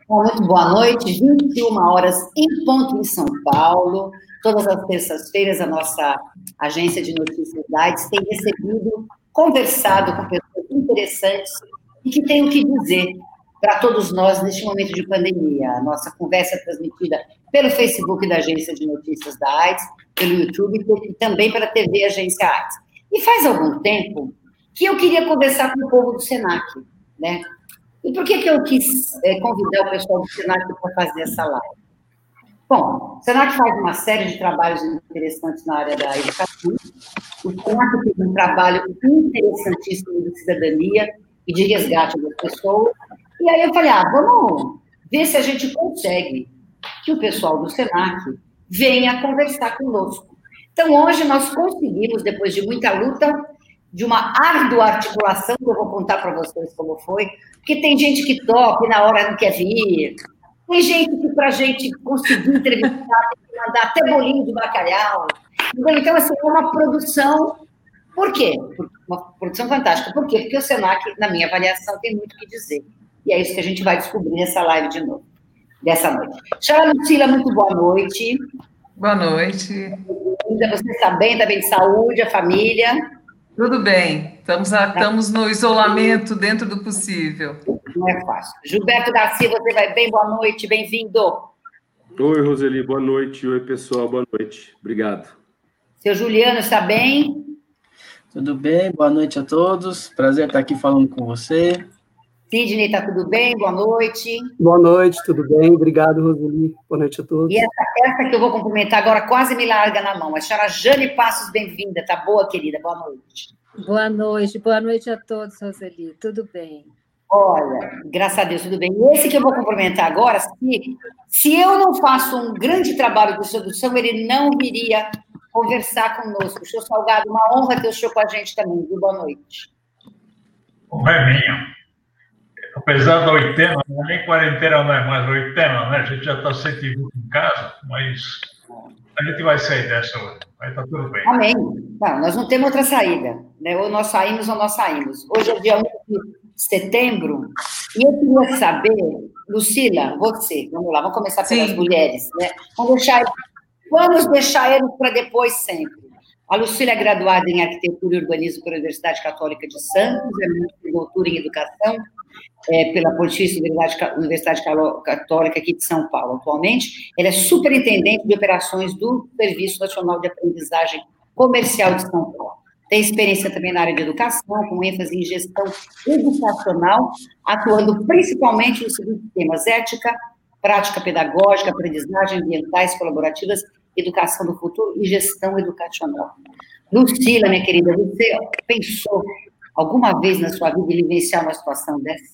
Muito boa noite, 21 horas em ponto em São Paulo. Todas as terças-feiras, a nossa agência de notícias da AIDS tem recebido, conversado com pessoas interessantes e que têm o que dizer para todos nós neste momento de pandemia. A nossa conversa é transmitida pelo Facebook da Agência de Notícias da AIDS, pelo YouTube e também pela TV Agência AIDS. E faz algum tempo que eu queria conversar com o povo do Senac, né? E por que eu quis convidar o pessoal do Senac para fazer essa live? Bom, o Senac faz uma série de trabalhos interessantes na área da educação. O Senac tem um trabalho interessantíssimo de cidadania e de resgate das pessoas. E aí eu falei, vamos ver se a gente consegue que o pessoal do Senac venha conversar conosco. Então, hoje nós conseguimos, depois de muita luta, de uma árdua articulação, que eu vou contar para vocês como foi, porque tem gente que toca e na hora não quer vir, tem gente que, para a gente conseguir entrevistar, tem que mandar até bolinho de bacalhau. Então, assim, é uma produção. Por quê? Uma produção fantástica. Por quê? Porque o Senac, na minha avaliação, tem muito o que dizer. E é isso que a gente vai descobrir nessa live de novo, dessa noite. Tchau, Lucila, muito boa noite. Boa noite. Você está bem de saúde, a família? Tudo bem. Estamos no isolamento dentro do possível. Não é fácil. Gilberto Garcia, você vai bem? Boa noite, bem-vindo. Oi, Roseli, boa noite. Oi, pessoal, boa noite. Obrigado. Seu Juliano, está bem? Tudo bem, boa noite a todos. Prazer estar aqui falando com você. Sidney, está tudo bem? Boa noite. Boa noite, tudo bem? Obrigado, Roseli. Boa noite a todos. E essa que eu vou cumprimentar agora quase me larga na mão. A senhora Jane Passos, bem-vinda. Tá boa, querida? Boa noite. Boa noite a todos, Roseli. Tudo bem? Olha, graças a Deus, tudo bem. E esse que eu vou cumprimentar agora, se eu não faço um grande trabalho de sedução, ele não viria conversar conosco. O senhor Salgado, uma honra ter o senhor com a gente também, viu? Boa noite. Honra é minha. Apesar da oitena, nem quarentena não é mais oitena, né? A gente já está 120 em casa, mas a gente vai sair dessa hoje. Vai estar tudo bem. Amém. Não, nós não temos outra saída, né? Ou nós saímos ou nós saímos. Hoje é dia 1 de setembro, e eu queria saber, Lucila, você, vamos lá, vamos começar pelas mulheres, né? Vamos deixar eles para depois sempre. A Lucila é graduada em Arquitetura e Urbanismo pela Universidade Católica de Santos, é mestre de doutora em Educação pela Pontifícia Universidade Católica aqui de São Paulo. Atualmente, ela é superintendente de operações do Serviço Nacional de Aprendizagem Comercial de São Paulo. Tem experiência também na área de educação, com ênfase em gestão educacional, atuando principalmente nos seguintes temas: ética, prática pedagógica, aprendizagem ambientais colaborativas, educação do futuro e gestão educacional. Lucila, minha querida, você pensou alguma vez na sua vida em vivenciar uma situação dessa?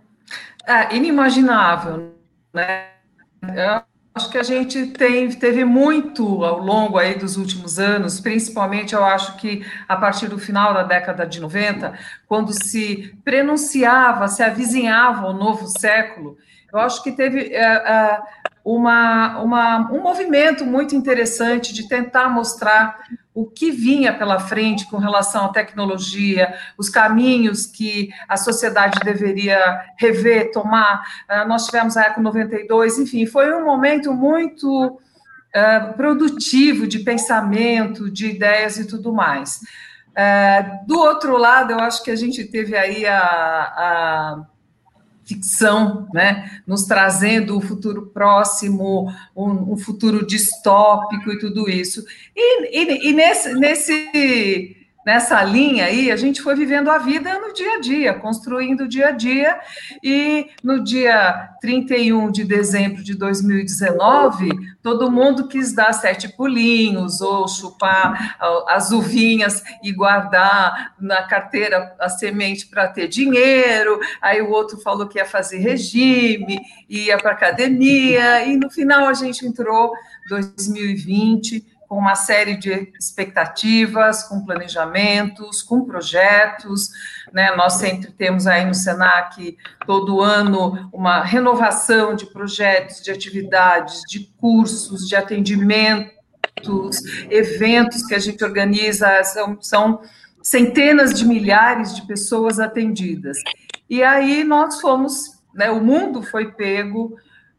É inimaginável, né? Eu acho que a gente teve muito ao longo aí dos últimos anos, principalmente eu acho que a partir do final da década de 90, quando se prenunciava, se avizinhava o novo século, eu acho que teve um movimento muito interessante de tentar mostrar o que vinha pela frente com relação à tecnologia, os caminhos que a sociedade deveria rever, tomar. Nós tivemos a Eco 92, enfim, foi um momento muito produtivo de pensamento, de ideias e tudo mais. Do outro lado, eu acho que a gente teve aí a ficção, né, nos trazendo o futuro próximo, um futuro distópico e tudo isso. E nessa linha aí, a gente foi vivendo a vida no dia a dia, construindo o dia a dia, e no dia 31 de dezembro de 2019, todo mundo quis dar 7 pulinhos, ou chupar as uvinhas e guardar na carteira a semente para ter dinheiro, aí o outro falou que ia fazer regime, ia para academia, e no final a gente entrou 2020 com uma série de expectativas, com planejamentos, com projetos, né? Nós sempre temos aí no Senac, todo ano, uma renovação de projetos, de atividades, de cursos, de atendimentos, eventos que a gente organiza, são centenas de milhares de pessoas atendidas. E aí nós fomos né, o mundo foi pego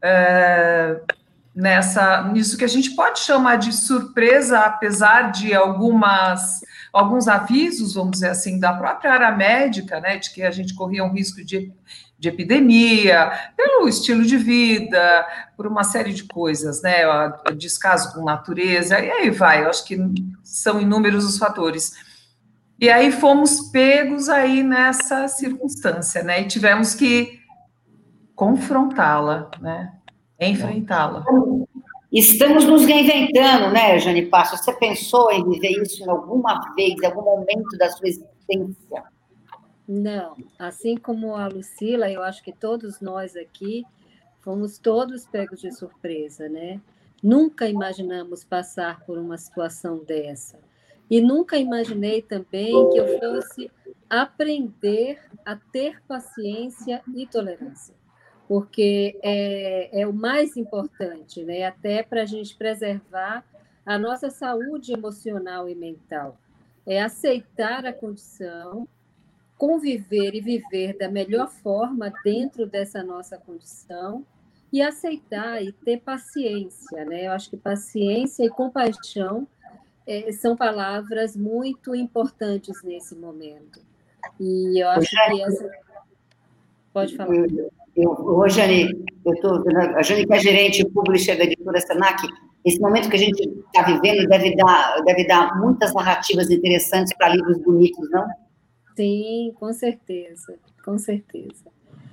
nisso que a gente pode chamar de surpresa, apesar de alguns avisos, vamos dizer assim, da própria área médica, né, de que a gente corria um risco de epidemia, pelo estilo de vida, por uma série de coisas, né, descaso com natureza, e aí vai, eu acho que são inúmeros os fatores. E aí fomos pegos aí nessa circunstância, né, e tivemos que confrontá-la, né, enfrentá-la. Estamos nos reinventando, né, Jane Passos? Você pensou em viver isso em alguma vez, em algum momento da sua existência? Não, assim como a Lucila, eu acho que todos nós aqui fomos todos pegos de surpresa, né? Nunca imaginamos passar por uma situação dessa. E nunca imaginei também que eu fosse aprender a ter paciência e tolerância, porque é o mais importante, né? Até para a gente preservar a nossa saúde emocional e mental. É aceitar a condição, conviver e viver da melhor forma dentro dessa nossa condição e aceitar e ter paciência, né? Eu acho que paciência e compaixão são palavras muito importantes nesse momento. E eu acho que essa... Pode falar. Jane, a Jane, que é gerente pública da editora Senac, esse momento que a gente está vivendo deve dar muitas narrativas interessantes para livros bonitos, não? Sim, com certeza, com certeza.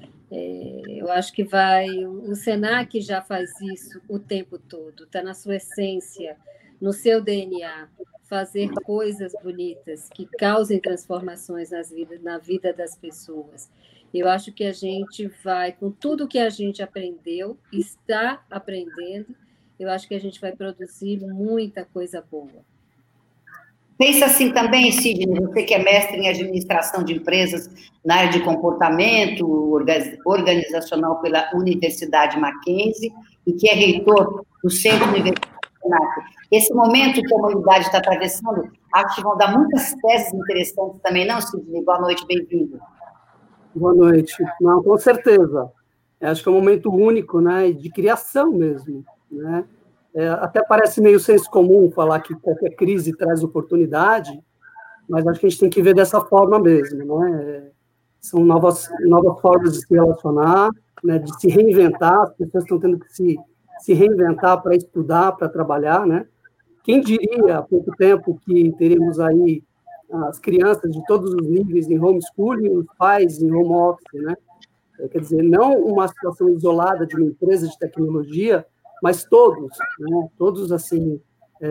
Eu acho que o Senac já faz isso o tempo todo, está na sua essência, no seu DNA, fazer coisas bonitas que causem transformações na vida das pessoas. Eu acho que a gente vai, com tudo que a gente aprendeu, está aprendendo, eu acho que a gente vai produzir muita coisa boa. Pensa assim também, Sidney, você que é mestre em administração de empresas na área de comportamento organizacional pela Universidade Mackenzie e que é reitor do Centro Universitário. Esse momento que a humanidade está atravessando, acho que vão dar muitas teses interessantes também, não, Sidney? Boa noite, bem-vindo. Boa noite. Não, com certeza. Acho que é um momento único, né, de criação mesmo, né? Até parece meio senso comum falar que qualquer crise traz oportunidade, mas acho que a gente tem que ver dessa forma mesmo, né? São novas formas de se relacionar, né, de se reinventar, as pessoas estão tendo que se reinventar para estudar, para trabalhar, né? Quem diria há pouco tempo que teríamos aí as crianças de todos os níveis em homeschooling, os pais em home office, né? Quer dizer, não uma situação isolada de uma empresa de tecnologia, mas todos, né? Todos assim,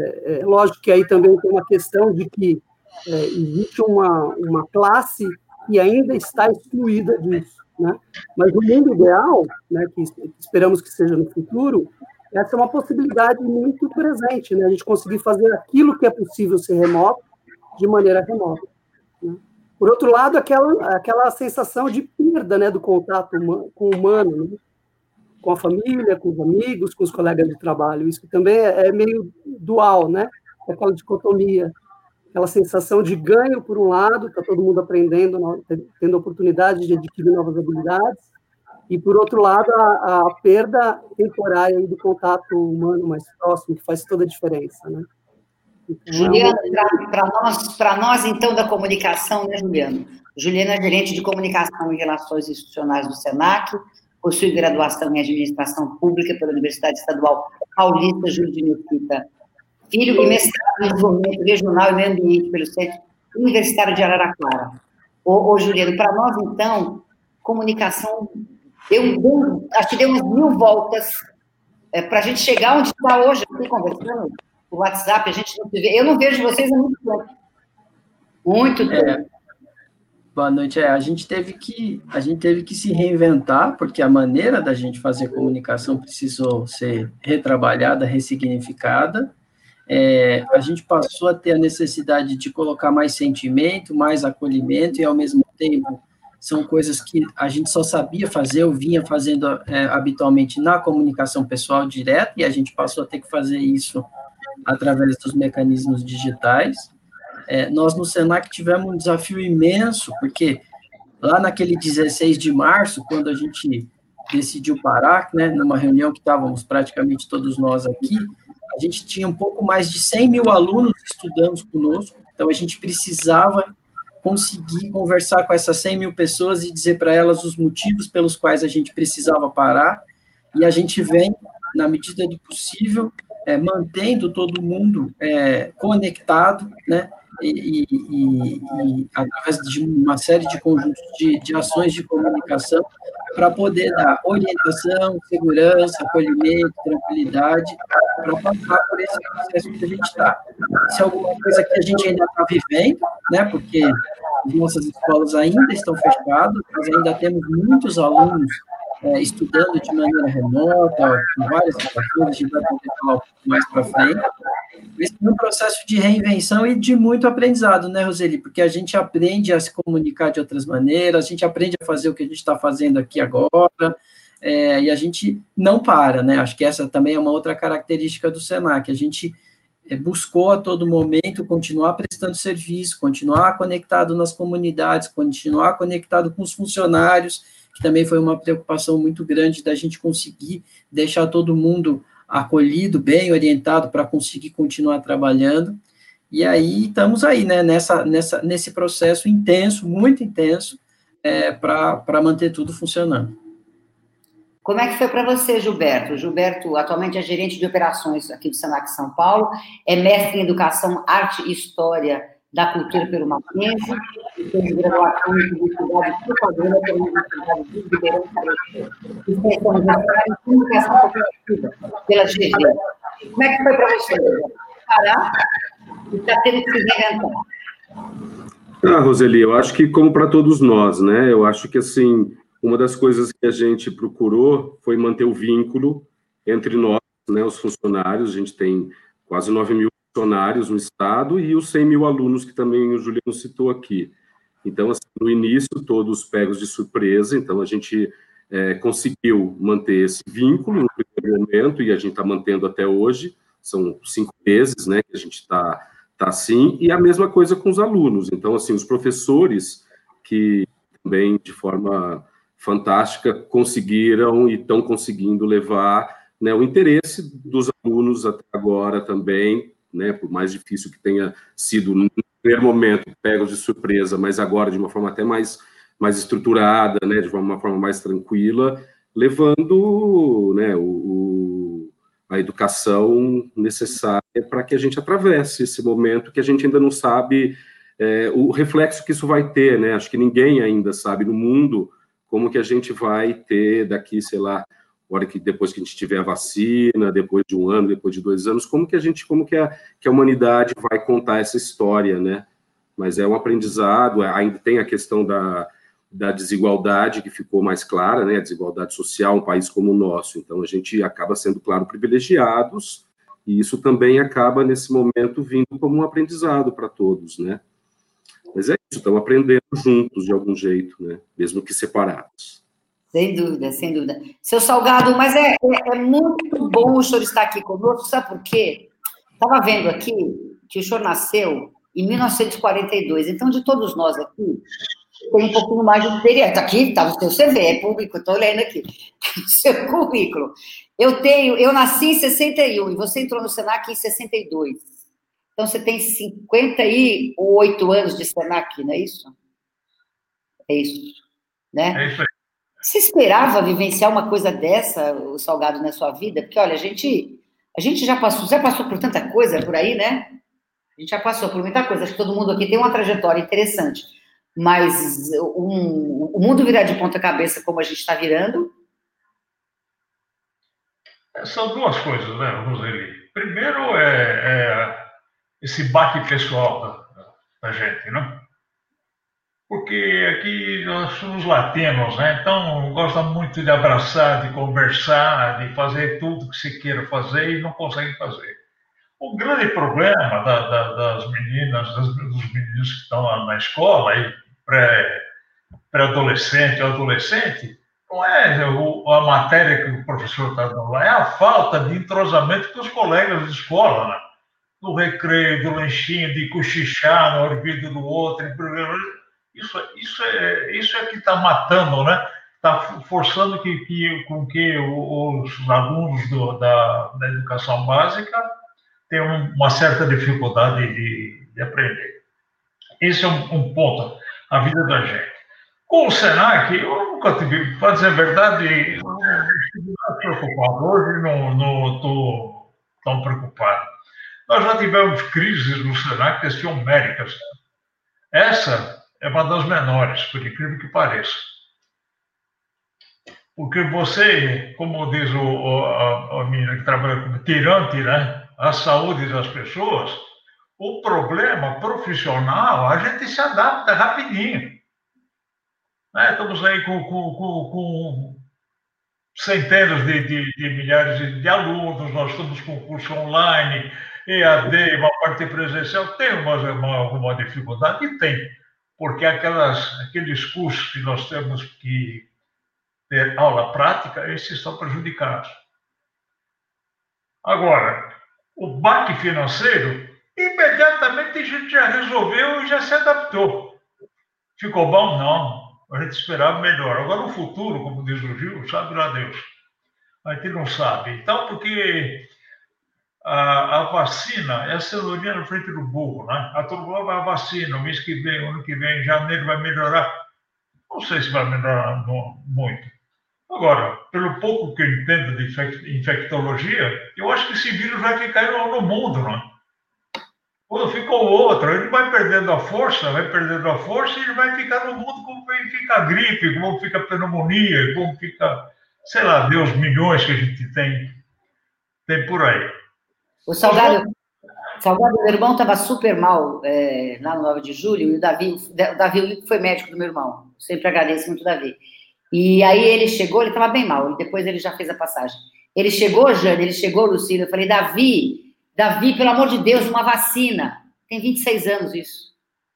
lógico que aí também tem uma questão de que existe uma classe que ainda está excluída disso, né? Mas no mundo ideal, né, que esperamos que seja no futuro, essa é uma possibilidade muito presente, né? A gente conseguir fazer aquilo que é possível ser remoto, de maneira remota, né? Por outro lado, aquela sensação de perda, né, do contato com o humano, né? Com a família, com os amigos, com os colegas de trabalho. Isso também é meio dual, né? Aquela dicotomia, aquela sensação de ganho, por um lado, está todo mundo aprendendo, tendo a oportunidade de adquirir novas habilidades, e, por outro lado, a perda temporária do contato humano mais próximo, que faz toda a diferença, né? Então, Juliana, para nós, então, da comunicação, né, Juliana? Juliana é gerente de comunicação e relações institucionais do Senac, possui graduação em administração pública pela Universidade Estadual Paulista Júlio de Mesquita Filho e mestrado em desenvolvimento regional e meio ambiente pelo Centro Universitário de Araraquara. Juliana, para nós, então, comunicação, acho que deu umas 1000 voltas para a gente chegar onde está hoje, aqui conversando, o WhatsApp, a gente não se vê. Eu não vejo vocês há muito tempo. Muito tempo. Boa noite. A gente teve que se reinventar, porque a maneira da gente fazer comunicação precisou ser retrabalhada, ressignificada. A gente passou a ter a necessidade de colocar mais sentimento, mais acolhimento, e, ao mesmo tempo, são coisas que a gente só sabia fazer, eu vinha fazendo habitualmente na comunicação pessoal direta, e a gente passou a ter que fazer isso através dos mecanismos digitais. Nós, no Senac, tivemos um desafio imenso, porque lá naquele 16 de março, quando a gente decidiu parar, né, numa reunião que estávamos praticamente todos nós aqui, a gente tinha um pouco mais de 100 mil alunos estudando conosco, então a gente precisava conseguir conversar com essas 100 mil pessoas e dizer para elas os motivos pelos quais a gente precisava parar, e a gente vem, na medida do possível, mantendo todo mundo conectado, né, e através de uma série de conjuntos de ações de comunicação para poder dar orientação, segurança, acolhimento, tranquilidade, para passar por esse processo que a gente está. Se é alguma coisa que a gente ainda está vivendo, né, porque as nossas escolas ainda estão fechadas, nós ainda temos muitos alunos estudando de maneira remota, com várias situações, a gente vai poder falar um pouco mais para frente. Esse é um processo de reinvenção e de muito aprendizado, né, Roseli? Porque a gente aprende a se comunicar de outras maneiras, a gente aprende a fazer o que a gente está fazendo aqui agora, e a gente não para, né? Acho que essa também é uma outra característica do Senac, a gente buscou a todo momento continuar prestando serviço, continuar conectado nas comunidades, continuar conectado com os funcionários, que também foi uma preocupação muito grande da gente conseguir deixar todo mundo acolhido, bem orientado para conseguir continuar trabalhando, e aí estamos aí, né, nesse processo intenso, muito intenso, para manter tudo funcionando. Como é que foi para você, Gilberto? O Gilberto atualmente é gerente de operações aqui do Senac São Paulo, é mestre em Educação, Arte e História da Cultura pelo Mackenzie, fez graduação em Publicidade e Propaganda pela Universidade de Ribeirão Preto, extensão universitária em Comunicação Corporativa pela GV. Como é que foi para você, Gilberto? Parar e está tendo que se reinventar? Roseli, eu acho que como para todos nós, né? Eu acho que, assim, uma das coisas que a gente procurou foi manter o vínculo entre nós, né, os funcionários. A gente tem quase 9 mil funcionários no estado e os 100 mil alunos que também o Juliano citou aqui. Então, assim, no início, todos pegos de surpresa, então a gente conseguiu manter esse vínculo no primeiro momento, e a gente está mantendo até hoje, são 5 meses, né, que a gente está assim, e a mesma coisa com os alunos. Então, assim, os professores que também, de forma fantástica, conseguiram e estão conseguindo levar, né, o interesse dos alunos até agora também, né, por mais difícil que tenha sido no primeiro momento, pegos de surpresa, mas agora de uma forma até mais estruturada, né, de uma forma mais tranquila, levando, né, a educação necessária para que a gente atravesse esse momento que a gente ainda não sabe o reflexo que isso vai ter, né? Acho que ninguém ainda sabe no mundo como que a gente vai ter daqui, sei lá, depois que a gente tiver a vacina, depois de 1 ano, depois de 2 anos, como que a humanidade vai contar essa história, né? Mas é um aprendizado, ainda tem a questão da desigualdade que ficou mais clara, né? A desigualdade social, um país como o nosso. Então, a gente acaba sendo, claro, privilegiados, e isso também acaba, nesse momento, vindo como um aprendizado para todos, né? Mas é isso, estamos aprendendo juntos, de algum jeito, né? Mesmo que separados. Sem dúvida, sem dúvida. Seu Salgado, mas é muito bom o senhor estar aqui conosco, sabe por quê? Estava vendo aqui que o senhor nasceu em 1942, então, de todos nós aqui, tem um pouquinho mais de experiência. Está aqui, está no seu CV, é público, estou lendo aqui, no seu currículo. Eu nasci em 61 e você entrou no Senac em 62. Então, você tem 58 anos de Senac, não é isso? É isso, né? É isso aí. Você esperava vivenciar uma coisa dessa, o Salgado, na sua vida? Porque, olha, a gente já passou por tanta coisa por aí, né? A gente já passou por muita coisa. Acho que todo mundo aqui tem uma trajetória interessante. Mas o mundo virar de ponta cabeça como a gente está virando... São duas coisas, né, Roseli? Primeiro esse baque pessoal da gente, né? Porque aqui nós somos latinos, né? Então gosta muito de abraçar, de conversar, de fazer tudo que se queira fazer e não consegue fazer. O grande problema das meninas, dos meninos que estão lá na escola, aí, pré-adolescente ou adolescente, não é a matéria que o professor está dando lá, é a falta de entrosamento com os colegas de escola, né? Do recreio, do lanchinho, de cochichar no ouvido do outro. Isso é que está matando, né? está forçando com que os alunos da educação básica tenham uma certa dificuldade de aprender. Esse é um ponto, a vida da gente. Com o Senac, eu nunca tive, para dizer a verdade, eu estou preocupado. Hoje não estou tão preocupado. Nós já tivemos crises no Senac geoméricas. Essa é uma das menores, por incrível que pareça. Porque você, como diz a menina que trabalha como tirante, né, a saúde das pessoas, o problema profissional, a gente se adapta rapidinho. Né? Estamos aí com centenas de milhares de alunos, nós estamos com curso online, EAD, uma parte presencial, tem alguma dificuldade? E tem, porque aqueles cursos que nós temos que ter aula prática, esses são prejudicados. Agora, o baque financeiro, imediatamente a gente já resolveu e já se adaptou. Ficou bom? Não. A gente esperava melhor. Agora, no futuro, como diz o Gil, sabe lá Deus. A gente não sabe. Então, porque a vacina é a cenourinha na frente do burro, né? A turma vai a vacina, o mês que vem, ano que vem, em janeiro vai melhorar. Não sei se vai melhorar muito. Agora, pelo pouco que eu entendo de infectologia, eu acho que esse vírus vai ficar no mundo, né? Quando ficou outro, ele vai perdendo a força, e ele vai ficar no mundo como fica a gripe, como fica a pneumonia, como fica, sei lá, Deus, milhões que a gente tem por aí. O Salgado, meu irmão estava super mal lá no 9 de julho, e o Davi foi médico do meu irmão. Sempre agradeço muito o Davi. E aí ele chegou, ele estava bem mal, depois ele já fez a passagem. Ele chegou, Jane, Lucília, eu falei, Davi, pelo amor de Deus, uma vacina. Tem 26 anos isso.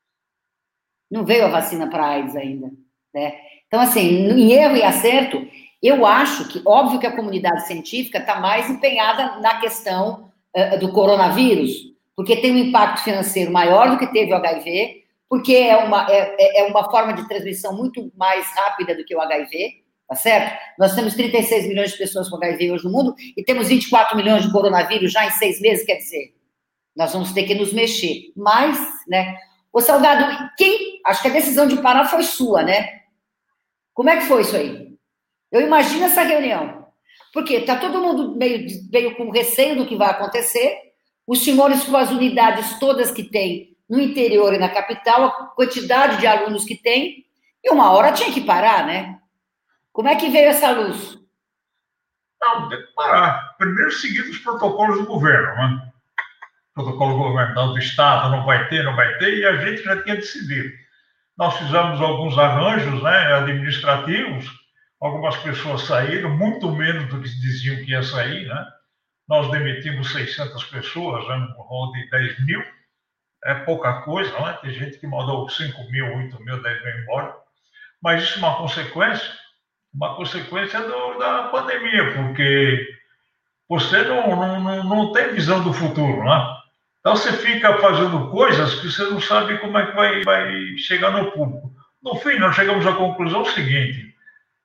Não veio a vacina para AIDS ainda, né? Então, assim, em erro e acerto, eu acho que, óbvio que a comunidade científica está mais empenhada na questão do coronavírus, porque tem um impacto financeiro maior do que teve o HIV, porque é uma forma de transmissão muito mais rápida do que o HIV, tá certo? Nós temos 36 milhões de pessoas com HIV hoje no mundo e temos 24 milhões de coronavírus já em 6 meses, quer dizer, nós vamos ter que nos mexer. Mas, né? Ô, Salgado, acho que a decisão de parar foi sua, né? Como é que foi isso aí? Eu imagino essa reunião. Porque está todo mundo meio com receio do que vai acontecer, os senhores com as unidades todas que tem no interior e na capital, a quantidade de alunos que tem, e uma hora tinha que parar, né? Como é que veio essa luz? Não, tem que parar. Primeiro, seguir os protocolos do governo, né? Protocolo governamental do Estado, não vai ter, e a gente já tinha decidido. Nós fizemos alguns arranjos, né, administrativos, algumas pessoas saíram, muito menos do que diziam que ia sair, né? Nós demitimos 600 pessoas, né, no rol de 10 mil, é pouca coisa, não é? Tem gente que mandou 5 mil, 8 mil, 10 mil embora, mas isso é uma consequência da pandemia, porque você não tem visão do futuro, né? Então você fica fazendo coisas que você não sabe como é que vai chegar no público. No fim, nós chegamos à conclusão seguinte: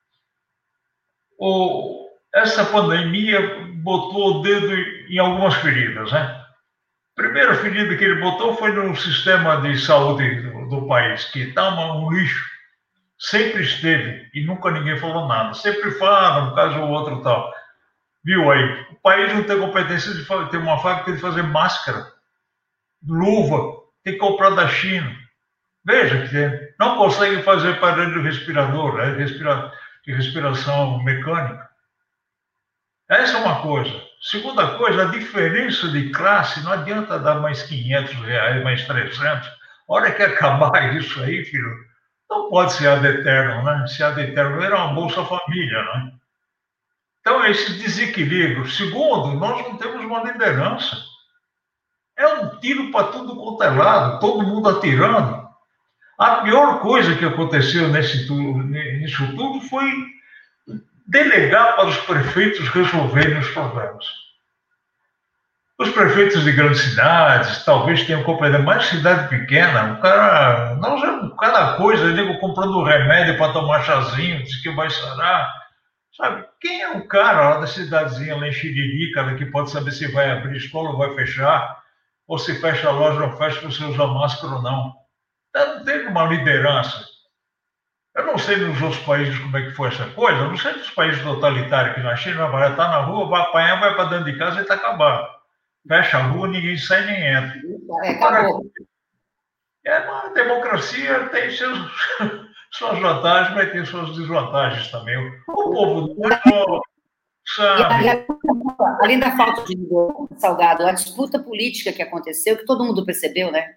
essa pandemia botou o dedo em algumas feridas, né? A primeira ferida que ele botou foi no sistema de saúde do país, que está um lixo. Sempre esteve, e nunca ninguém falou nada. Sempre fala, um caso ou outro tal. Viu aí? O país não tem competência de ter uma fábrica de fazer máscara, luva, tem que comprar da China. Veja que não consegue fazer aparelho respirador, né? De respiração mecânica. Essa é uma coisa. Segunda coisa, a diferença de classe, não adianta dar mais R$500, mais 300. A hora que acabar isso aí, filho, não pode ser ad eterno, né? Se ad eterno era uma Bolsa Família, né? Então, esse desequilíbrio. Segundo, nós não temos uma liderança. É um tiro para tudo quanto é lado, todo mundo atirando. A pior coisa que aconteceu nisso tudo foi delegar para os prefeitos resolverem os problemas. Os prefeitos de grandes cidades talvez tenham compreendido, mas cidade pequena, o cara não usa cada coisa, eu digo comprando remédio para tomar chazinho, diz que vai sarar. Sabe, quem é o cara lá da cidadezinha lá em Xiririca, que pode saber se vai abrir escola ou vai fechar, ou se fecha a loja ou não fecha, se você usa máscara ou não? Não teve uma liderança. Eu não sei nos outros países como é que foi essa coisa, eu não sei nos países totalitários, que na China vai estar na rua, vai apanhar, vai para dentro de casa e está acabado. Fecha a rua, ninguém sai nem entra. Acabou. É uma democracia, tem suas vantagens, mas tem suas desvantagens também. O povo não sabe. Além da falta de vigor, Salgado, a disputa política que aconteceu, que todo mundo percebeu, né?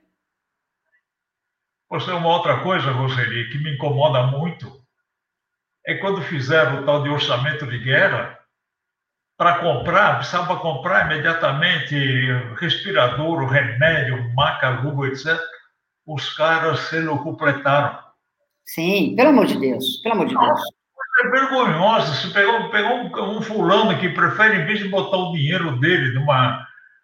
Você, uma outra coisa, Roseli, que me incomoda muito, é quando fizeram o tal de orçamento de guerra, para comprar, precisava comprar imediatamente respirador, remédio, maca, luva, etc. Os caras se completaram. Sim, pelo amor de Deus, pelo amor de Deus. É vergonhoso. Você pegou um fulano que prefere, em vez de botar o dinheiro dele numa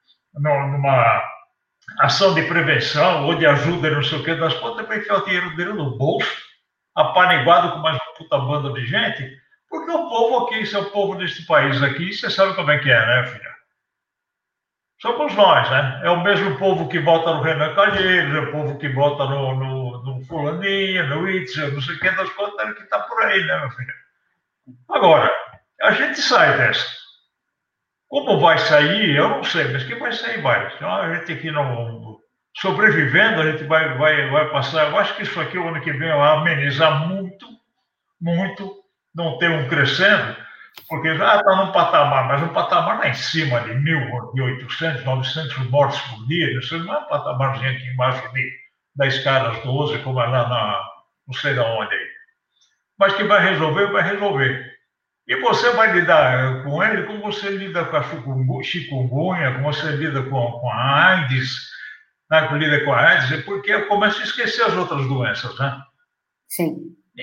ação de prevenção ou de ajuda, não sei o que, das contas, para enfiar o dinheiro dele no bolso, apaniguado com mais uma puta banda de gente, porque o povo aqui, esse é o povo deste país aqui, você sabe como é que é, né, filha? Somos nós, né? É o mesmo povo que vota no Renan Calheiros, é o povo que vota no fulaninho, no Itzel, não sei o que, das contas, que está por aí, né, meu filho? Agora, a gente sai dessa. Como vai sair, eu não sei, mas que vai sair, vai. Então, a gente aqui não sobrevivendo, a gente vai passar. Eu acho que isso aqui, o ano que vem, vai amenizar muito, muito, não ter um crescendo, porque já está num patamar, mas um patamar lá em cima de 1.800, 900 mortes por dia, isso não é um patamarzinho aqui embaixo da escala 12, como é lá não sei de onde aí. Mas que vai resolver. E você vai lidar com ele como você lida com a chikungunya, como você lida com a AIDS, né? Lida com a AIDS, porque começa a esquecer as outras doenças, né? Sim.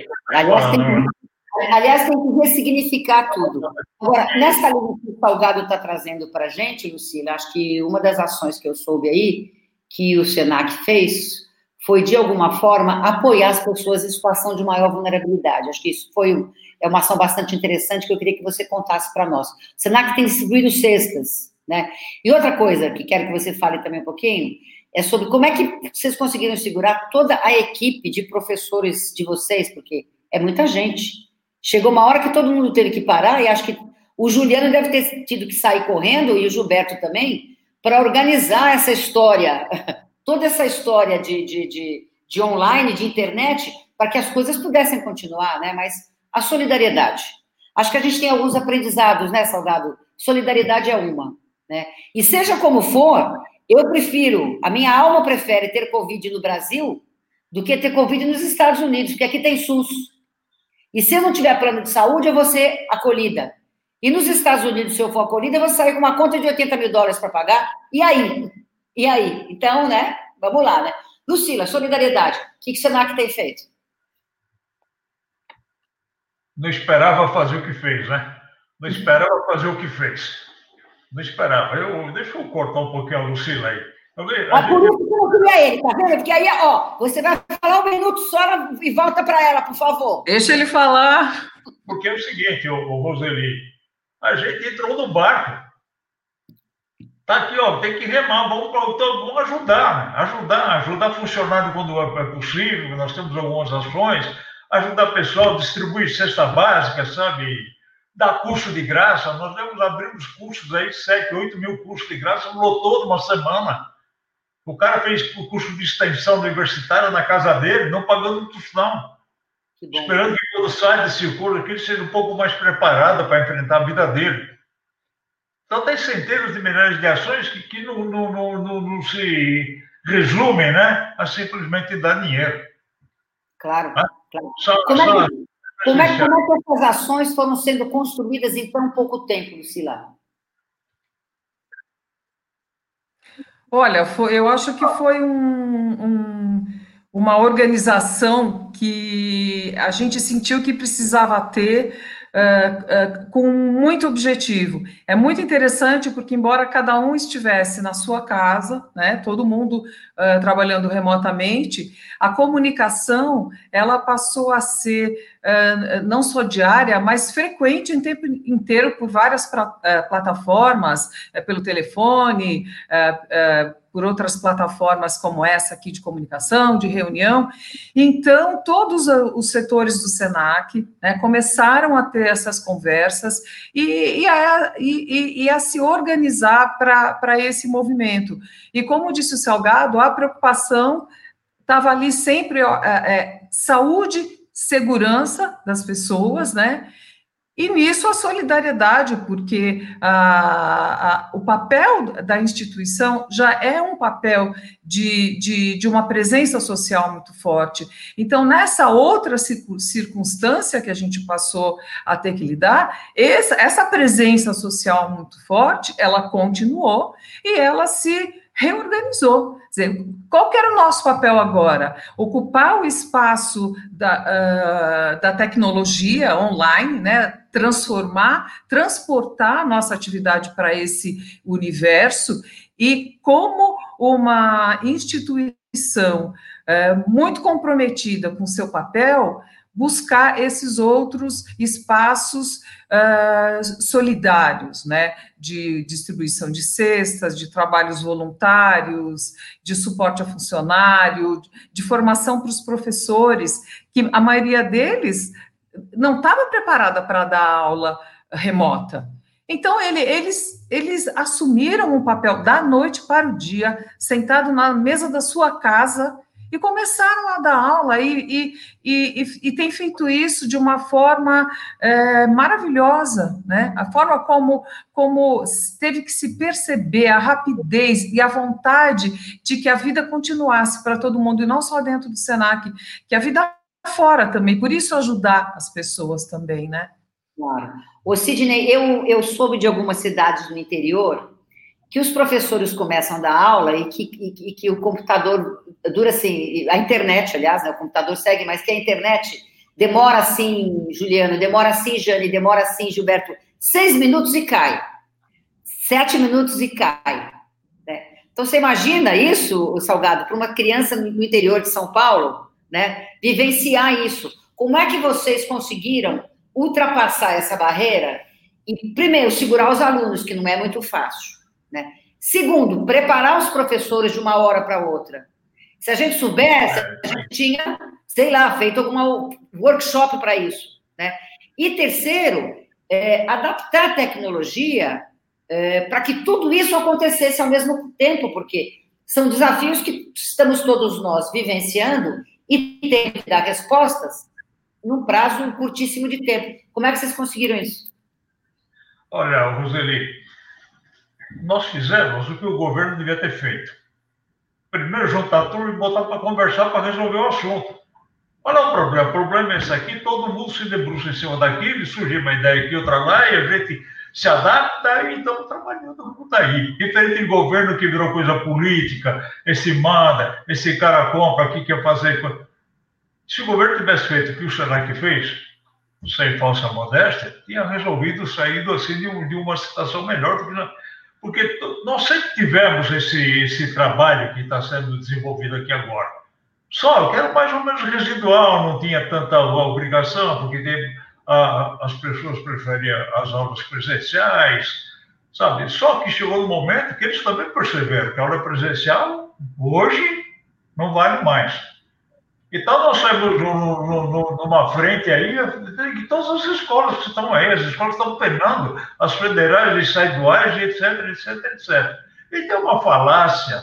Aliás, tem que ressignificar tudo. Agora, nessa linha que o Salgado está trazendo para a gente, Lucila, acho que uma das ações que eu soube aí, que o Senac fez, foi, de alguma forma, apoiar as pessoas em situação de maior vulnerabilidade. Acho que isso é uma ação bastante interessante que eu queria que você contasse para nós. O Senac tem distribuído cestas, né? E outra coisa que quero que você fale também um pouquinho é sobre como é que vocês conseguiram segurar toda a equipe de professores de vocês, porque é muita gente. Chegou uma hora que todo mundo teve que parar, e acho que o Juliano deve ter tido que sair correndo, e o Gilberto também, para organizar essa história, toda essa história de online, de internet, para que as coisas pudessem continuar, né? Mas a solidariedade. Acho que a gente tem alguns aprendizados, né, Salgado? Solidariedade é uma, né? E seja como for, a minha alma prefere ter Covid no Brasil do que ter Covid nos Estados Unidos, porque aqui tem SUS. E se eu não tiver plano de saúde, eu vou ser acolhida. E nos Estados Unidos, se eu for acolhida, eu vou sair com uma conta de $80 mil para pagar. E aí? Então, né? Vamos lá, né? Lucila, solidariedade. O que o Senac tem feito? Não esperava fazer o que fez, né? Não esperava fazer o que fez. Não esperava. Deixa eu cortar um pouquinho a Lucila aí. Por isso que eu não queria ele, tá vendo? Porque aí, ó, você vai falar um minuto só e volta para ela, por favor. Deixa ele falar. Porque é o seguinte, Roseli, a gente entrou no barco. Tá aqui, ó, tem que remar, vamos ajudar, né? Ajudar funcionário quando é possível, nós temos algumas ações, ajudar o pessoal a distribuir cesta básica, sabe? Dar curso de graça, nós abrimos cursos aí, 7, 8 mil cursos de graça, lotou numa semana. O cara fez o curso de extensão universitária na casa dele, não pagando tostão. Esperando que quando sai desse curso aqui, ele seja um pouco mais preparado para enfrentar a vida dele. Então, tem centenas de milhares de ações que não se resumem, né, a simplesmente dar dinheiro. Claro. Como é que essas ações foram sendo construídas em tão pouco tempo, Lucila? Olha, eu acho que foi uma organização que a gente sentiu que precisava ter com muito objetivo. É muito interessante porque, embora cada um estivesse na sua casa, né, todo mundo trabalhando remotamente, a comunicação ela passou a ser não só diária, mas frequente em tempo inteiro por várias plataformas, pelo telefone, por outras plataformas como essa aqui de comunicação, de reunião. Então, todos os setores do SENAC, né, começaram a ter essas conversas e a se organizar para esse movimento. E como disse o Salgado, a preocupação estava ali sempre, saúde, segurança das pessoas, né? E nisso a solidariedade, porque o papel da instituição já é um papel de uma presença social muito forte. Então, nessa outra circunstância que a gente passou a ter que lidar, essa presença social muito forte, ela continuou e ela se reorganizou. Quer dizer, qual que era o nosso papel agora? Ocupar o espaço da tecnologia online, né? Transportar a nossa atividade para esse universo e como uma instituição muito comprometida com seu papel, buscar esses outros espaços solidários, né, de distribuição de cestas, de trabalhos voluntários, de suporte a funcionário, de formação para os professores, que a maioria deles não estava preparada para dar aula remota. Então, eles assumiram o papel da noite para o dia, sentado na mesa da sua casa, e começaram a dar aula, e tem feito isso de uma forma maravilhosa, né? A forma como teve que se perceber a rapidez e a vontade de que a vida continuasse para todo mundo, e não só dentro do SENAC, que a vida fora também, por isso ajudar as pessoas também, né? Claro. Ô, Sidney, eu soube de algumas cidades do interior que os professores começam a dar aula e que o computador dura assim, a internet, aliás, né, o computador segue, mas que a internet demora assim, Juliano, demora assim, Jane, demora assim, Gilberto, 6 minutos e cai, 7 minutos e cai. Né? Então, você imagina isso, Salgado, para uma criança no interior de São Paulo, né, vivenciar isso. Como é que vocês conseguiram ultrapassar essa barreira e, primeiro, segurar os alunos, que não é muito fácil, né? Segundo, preparar os professores de uma hora para outra. Se a gente soubesse, a gente tinha, sei lá, feito algum workshop para isso, né? E terceiro, adaptar a tecnologia para que tudo isso acontecesse ao mesmo tempo, porque são desafios que estamos todos nós vivenciando e temos que dar respostas num prazo curtíssimo de tempo. Como é que vocês conseguiram isso? Olha, Roseli, nós fizemos o que o governo devia ter feito. Primeiro, juntar a turma e botar para conversar para resolver o assunto. Olha o problema. O problema é esse aqui, todo mundo se debruça em cima daquilo, surge uma ideia aqui, outra lá, e a gente se adapta e estamos trabalhando tudo aí. Diferente de governo que virou coisa política, esse manda, esse cara compra, aqui quer fazer... Se o governo tivesse feito o que o SENAC fez, sem falsa modéstia, tinha resolvido saído assim de uma situação melhor, porque nós sempre tivemos esse trabalho que está sendo desenvolvido aqui agora. Só que era mais ou menos residual, não tinha tanta obrigação, porque as pessoas preferiam as aulas presenciais, sabe? Só que chegou um momento que eles também perceberam que a aula presencial, hoje, não vale mais. Então, nós saímos numa frente aí, de todas as escolas que estão aí, as escolas estão penando, as federais, as estaduais, etc, etc, etc. E tem uma falácia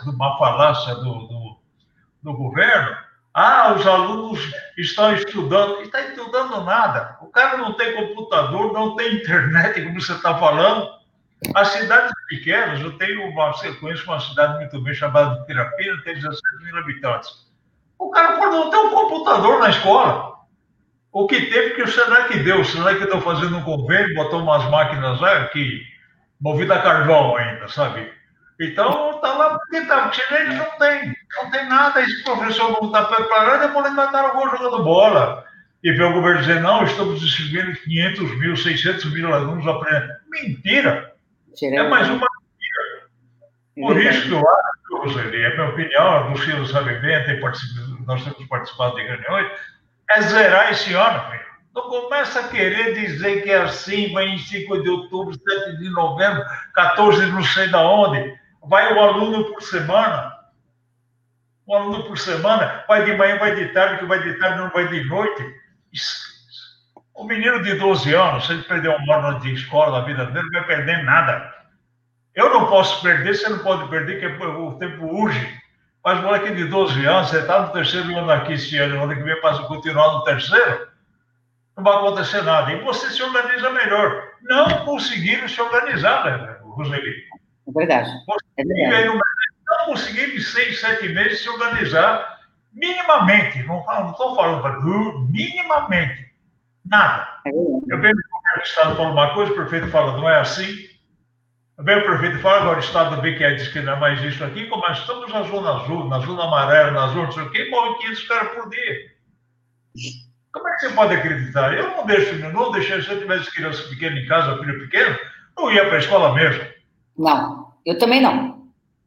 do governo, os alunos estão estudando, não está estudando nada. O cara não tem computador, não tem internet, como você está falando. As cidades pequenas, eu conheço uma cidade muito bem chamada Tirapina, tem 17 mil habitantes. O cara não tem um computador na escola. O que teve que o SENAC deu? O SENAC deu fazendo um convênio, botou umas máquinas lá, que movida a carvão ainda, sabe? Então, está lá, porque eles não tem nada, esse professor não está preparado, e a molecada está na rua jogando bola. e ver o governo dizer, não, estamos distribuindo 500 mil, 600 mil alunos aprendendo. Mentira! É mais uma mentira. Por isso que eu acho, Roseli, é minha opinião, a Lucila sabe bem, nós temos participado de reuniões, é zerar esse ano, filho. Não começa a querer dizer que é assim, vai em 5 de outubro, 7 de novembro, 14 não sei da onde. Vai o aluno por semana. Um aluno por semana, vai de manhã, vai de tarde, que vai de tarde, não vai de noite. O menino de 12 anos, se ele perder um ano de escola na vida dele, não vai perder nada. Eu não posso perder, você não pode perder, porque o tempo urge. Mas o moleque de 12 anos, você está no terceiro ano aqui esse ano, ano que vem passa a continuar no terceiro, não vai acontecer nada. E você se organiza melhor. Não conseguiram se organizar, né, Roseli? É verdade. Não conseguiram em 6, 7 meses se organizar minimamente. Não estou falando minimamente. Nada. Eu vejo o Estado fala uma coisa, o prefeito fala, não é assim. Vem o prefeito e fala, agora o Estado vê que diz que não é mais isso aqui, como nós estamos na zona azul, na zona amarela, na zona não sei o quê, morrem 500 caras por dia. Como é que você pode acreditar? Eu não deixei, se eu tivesse criança pequena em casa, filho pequeno, não ia para a escola mesmo. Não, eu também não.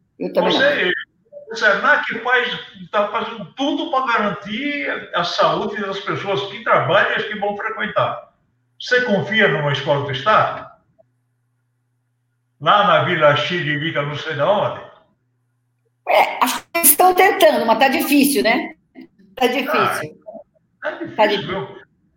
O Senac está fazendo tudo para garantir a saúde das pessoas que trabalham e as que vão frequentar. Você confia numa escola do Estado? Lá na Vila Chiririca, não sei de onde? Acho que estão tentando, mas está difícil, né? Está difícil. Tá difícil.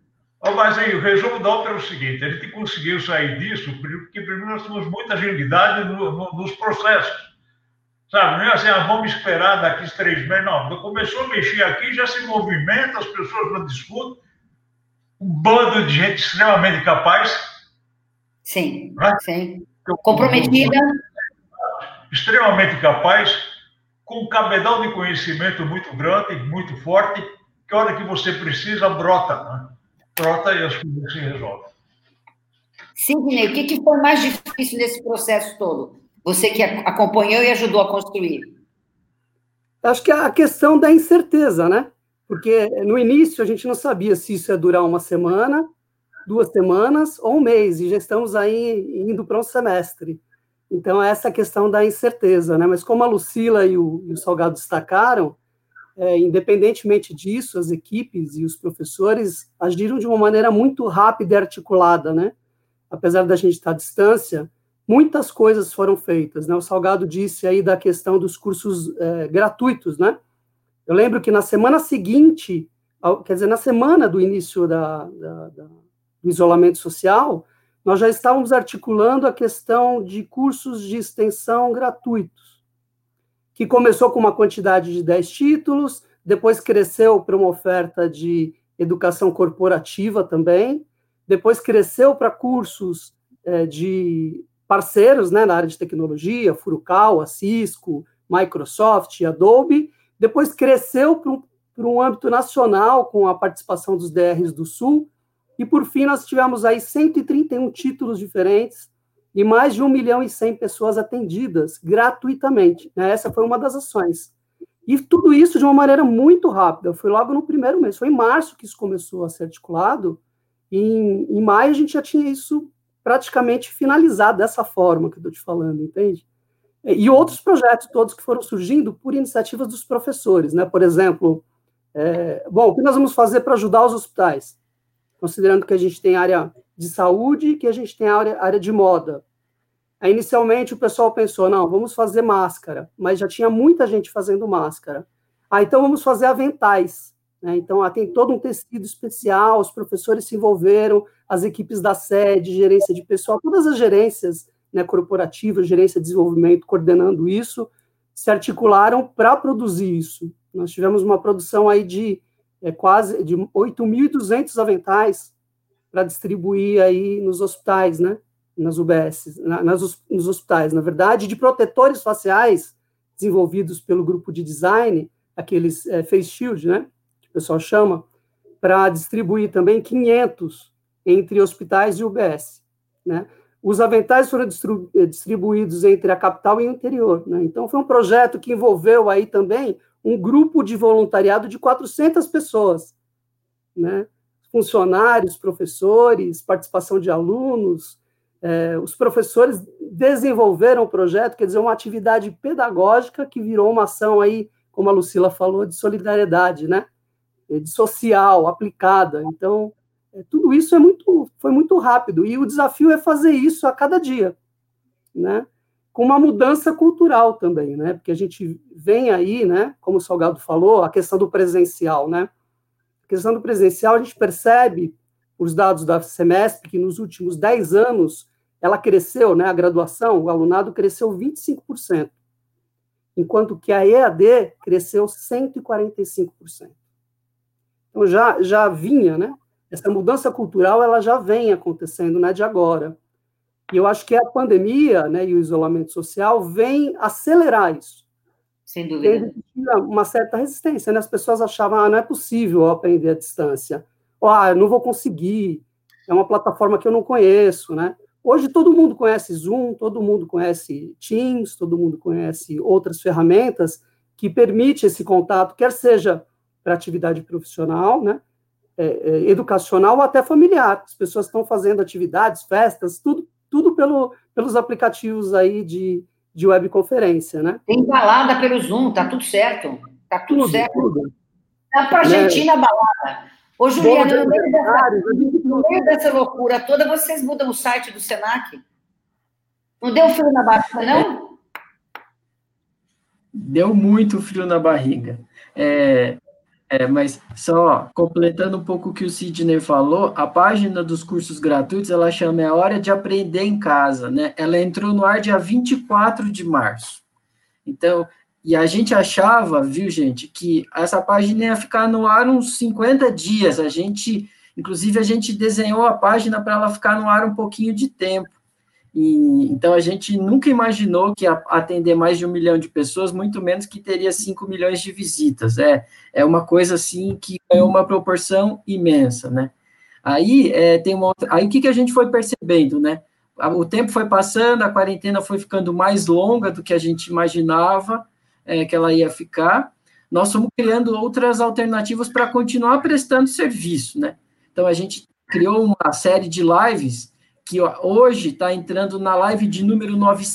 Mas aí, o resumo da ópera é o seguinte, a gente conseguiu sair disso porque primeiro nós temos muita agilidade nos processos. Sabe, não é assim, vamos esperar daqui a 3 meses, não. Começou a mexer aqui, já se movimenta, as pessoas já discutem, um bando de gente extremamente capaz. Sim, sim. Comprometida. Extremamente capaz, com um cabedal de conhecimento muito grande, muito forte, que a hora que você precisa, brota. Né? Brota e as coisas se resolvem. Sidney, o que foi mais difícil nesse processo todo? Você que acompanhou e ajudou a construir. Acho que é a questão da incerteza, né? Porque no início a gente não sabia se isso ia durar 1 semana, 2 semanas ou 1 mês, e já estamos aí indo para um semestre. Então, essa questão da incerteza, né? Mas como a Lucila e o Salgado destacaram, independentemente disso, as equipes e os professores agiram de uma maneira muito rápida e articulada, né? Apesar da gente estar à distância, muitas coisas foram feitas, né? O Salgado disse aí da questão dos cursos gratuitos, né? Eu lembro que na semana seguinte, quer dizer, na semana do início do isolamento social, nós já estávamos articulando a questão de cursos de extensão gratuitos, que começou com uma quantidade de 10 títulos, depois cresceu para uma oferta de educação corporativa também, depois cresceu para cursos de parceiros, né, na área de tecnologia, Furukawa, Cisco, Microsoft, Adobe, depois cresceu para um âmbito nacional, com a participação dos DRs do Sul, e, por fim, nós tivemos aí 131 títulos diferentes e mais de 1.100.000 pessoas atendidas gratuitamente. Né? Essa foi uma das ações. E tudo isso de uma maneira muito rápida. Foi logo no primeiro mês. Foi em março que isso começou a ser articulado, e em maio a gente já tinha isso praticamente finalizado dessa forma que eu estou te falando, entende? E outros projetos todos que foram surgindo por iniciativas dos professores. Né? Por exemplo, o que nós vamos fazer para ajudar os hospitais? Considerando que a gente tem área de saúde e que a gente tem área de moda. Aí, inicialmente, o pessoal pensou, não, vamos fazer máscara, mas já tinha muita gente fazendo máscara. Então vamos fazer aventais. Né? Então, tem todo um tecido especial, os professores se envolveram, as equipes da sede, gerência de pessoal, todas as gerências, né, corporativas, gerência de desenvolvimento, coordenando isso, se articularam para produzir isso. Nós tivemos uma produção aí de quase de 8.200 aventais para distribuir aí nos hospitais, né? Nas UBS, nos hospitais, na verdade, de protetores faciais desenvolvidos pelo grupo de design, aqueles face shield, né? Que o pessoal chama, para distribuir também 500 entre hospitais e UBS, né? Os aventais foram distribuídos entre a capital e o interior, né? Então, foi um projeto que envolveu aí também um grupo de voluntariado de 400 pessoas, né? funcionários, professores, participação de alunos, os professores desenvolveram o projeto, quer dizer, uma atividade pedagógica que virou uma ação aí, como a Lucila falou, de solidariedade, né? De social, aplicada. Então, tudo isso foi muito rápido, e o desafio é fazer isso a cada dia, né? Com uma mudança cultural também, né? Porque a gente vem aí, né? Como o Salgado falou, a questão do presencial, né? A questão do presencial, a gente percebe, os dados da Semesp, que nos últimos 10 anos, ela cresceu, né? A graduação, o alunado cresceu 25%, enquanto que a EAD cresceu 145%. Então, já vinha, né? Essa mudança cultural, ela já vem acontecendo, não é de agora. E eu acho que a pandemia, né, e o isolamento social vem acelerar isso. Sem dúvida. Tem uma certa resistência, né? As pessoas achavam, não é possível eu aprender à distância. Eu não vou conseguir, é uma plataforma que eu não conheço, né? Hoje todo mundo conhece Zoom, todo mundo conhece Teams, todo mundo conhece outras ferramentas que permitem esse contato, quer seja para atividade profissional, né? Educacional ou até familiar. As pessoas estão fazendo atividades, festas, tudo pelos aplicativos aí de webconferência, né? Tem balada pelo Zoom, tá tudo certo. Tá tudo certo. Tudo. Dá pra Argentina a balada. Ô, Juliana, no meio dessa loucura toda, vocês mudam o site do Senac? Não deu frio na barriga, não? Deu muito frio na barriga. Mas só completando um pouco o que o Sidney falou, a página dos cursos gratuitos, ela chama É Hora de Aprender em Casa, né? Ela entrou no ar dia 24 de março. Então, e a gente achava, viu, gente, que essa página ia ficar no ar uns 50 dias. Inclusive, a gente desenhou a página para ela ficar no ar um pouquinho de tempo. Então, a gente nunca imaginou que ia atender mais de 1 milhão de pessoas, muito menos que teria 5 milhões de visitas. É uma coisa, assim, que é uma proporção imensa, né? Aí, aí o que a gente foi percebendo, né? O tempo foi passando, a quarentena foi ficando mais longa do que a gente imaginava que ela ia ficar. Nós fomos criando outras alternativas para continuar prestando serviço, né? Então, a gente criou uma série de lives que hoje está entrando na live de número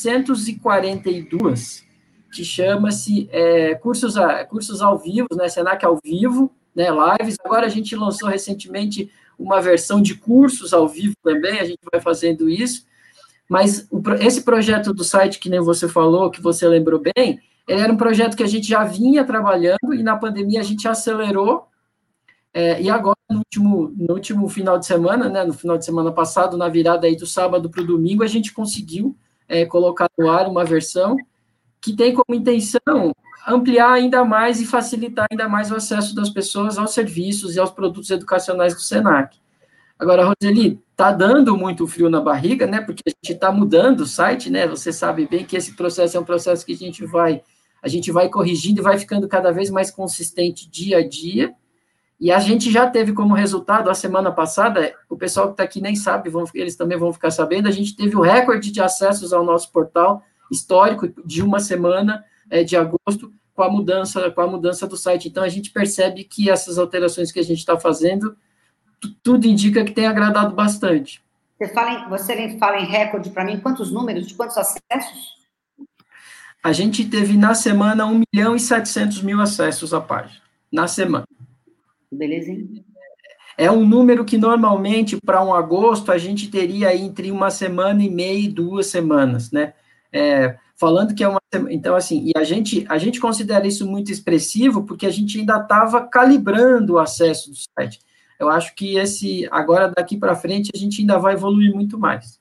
942, que chama-se cursos ao vivo, né, Senac ao vivo, né, lives. Agora a gente lançou recentemente uma versão de cursos ao vivo também, a gente vai fazendo isso, mas esse projeto do site, que nem você falou, que você lembrou bem, ele era um projeto que a gente já vinha trabalhando, e na pandemia a gente acelerou, e agora, no último final de semana, né, no final de semana passado, na virada aí do sábado para o domingo, a gente conseguiu colocar no ar uma versão que tem como intenção ampliar ainda mais e facilitar ainda mais o acesso das pessoas aos serviços e aos produtos educacionais do Senac. Agora, Roseli, está dando muito frio na barriga, né, porque a gente está mudando o site, né, você sabe bem que esse processo é um processo que a gente vai corrigindo e vai ficando cada vez mais consistente dia a dia. E a gente já teve como resultado, a semana passada, o pessoal que está aqui nem sabe, eles também vão ficar sabendo, a gente teve o recorde de acessos ao nosso portal histórico de uma semana de agosto com a mudança do site. Então, a gente percebe que essas alterações que a gente está fazendo, tudo indica que tem agradado bastante. Você fala em recorde para mim, quantos números, de quantos acessos? A gente teve, na semana, 1.700.000 acessos à página, na semana. Belezinha. É um número que, normalmente, para um agosto, a gente teria entre 1 semana e meia e 2 semanas, né? Falando que é uma... Então, assim, e a gente considera isso muito expressivo, porque a gente ainda estava calibrando o acesso do site. Eu acho que agora, daqui para frente, a gente ainda vai evoluir muito mais.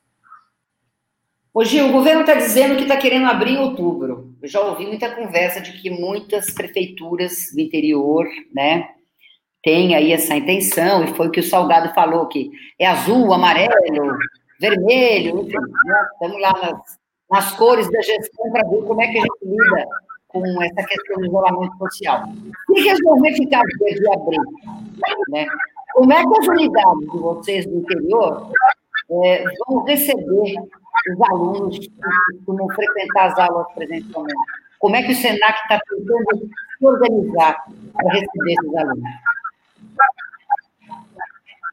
Ô, Gil, o governo está dizendo que está querendo abrir em outubro. Eu já ouvi muita conversa de que muitas prefeituras do interior, né, tem aí essa intenção, e foi o que o Salgado falou, que é azul, amarelo, vermelho, enfim, né? Estamos lá nas cores da gestão para ver como é que a gente lida com essa questão do isolamento social. Se resolver ficar desde abril, né? Como é que as unidades de vocês do interior vão receber os alunos que costumam frequentar as aulas presencialmente? Como é que o Senac está tentando se organizar para receber esses alunos?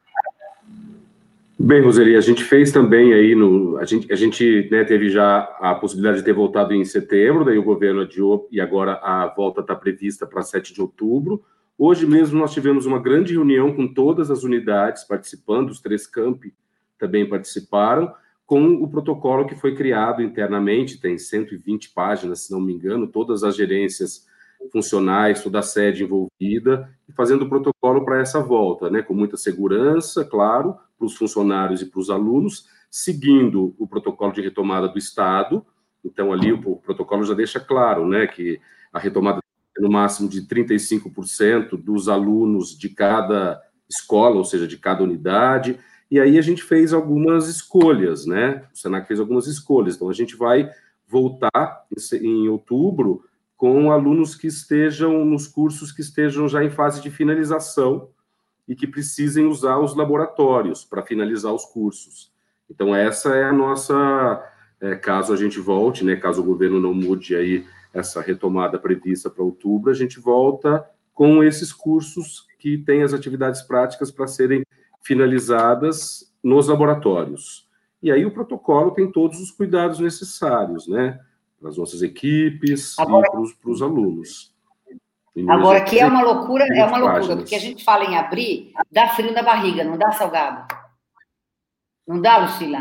Bem, Roseli, a gente fez também aí, a gente né, teve já a possibilidade de ter voltado em setembro, daí o governo adiou e agora a volta está prevista para 7 de outubro. Hoje mesmo nós tivemos uma grande reunião com todas as unidades participando, os 3 campi também participaram, com o protocolo que foi criado internamente, tem 120 páginas, se não me engano, todas as gerências funcionais, toda a sede envolvida, e fazendo o protocolo para essa volta, né, com muita segurança, claro, para os funcionários e para os alunos, seguindo o protocolo de retomada do Estado. Então, ali o protocolo já deixa claro, né, que a retomada é no máximo de 35% dos alunos de cada escola, ou seja, de cada unidade, e aí a gente fez algumas escolhas, né, o Senac fez algumas escolhas, então a gente vai voltar em outubro com alunos que estejam nos cursos que estejam já em fase de finalização e que precisem usar os laboratórios para finalizar os cursos. Então, essa é a nossa, caso a gente volte, né, caso o governo não mude aí essa retomada prevista para outubro, a gente volta com esses cursos que têm as atividades práticas para serem finalizadas nos laboratórios. E aí o protocolo tem todos os cuidados necessários, né, para as nossas equipes agora, e para os alunos. Agora, que é uma loucura, porque a gente fala em abrir, dá frio na barriga, não dá, Salgado? Não dá, Lucila?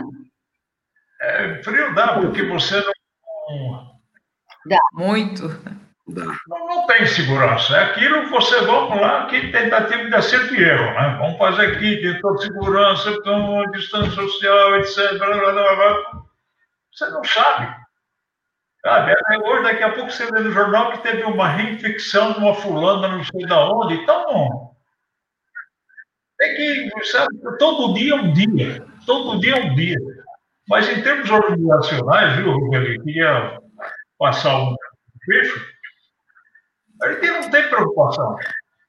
Frio dá, porque você não... Dá. Muito. Dá. Não tem segurança. É aquilo, você, vamos lá, que tentativa de acerto e erro, né? Vamos fazer aqui, tem toda segurança, com distância social, etc. Blá, blá, blá, blá. Você não sabe. Sabe? Hoje, daqui a pouco, você vê no jornal que teve uma reinfecção de uma fulana, não sei de onde. Então, é que, sabe, todo dia é um dia. Todo dia é um dia. Mas, em termos organizacionais, viu, Rogério, queria passar um fecho, a gente não tem preocupação.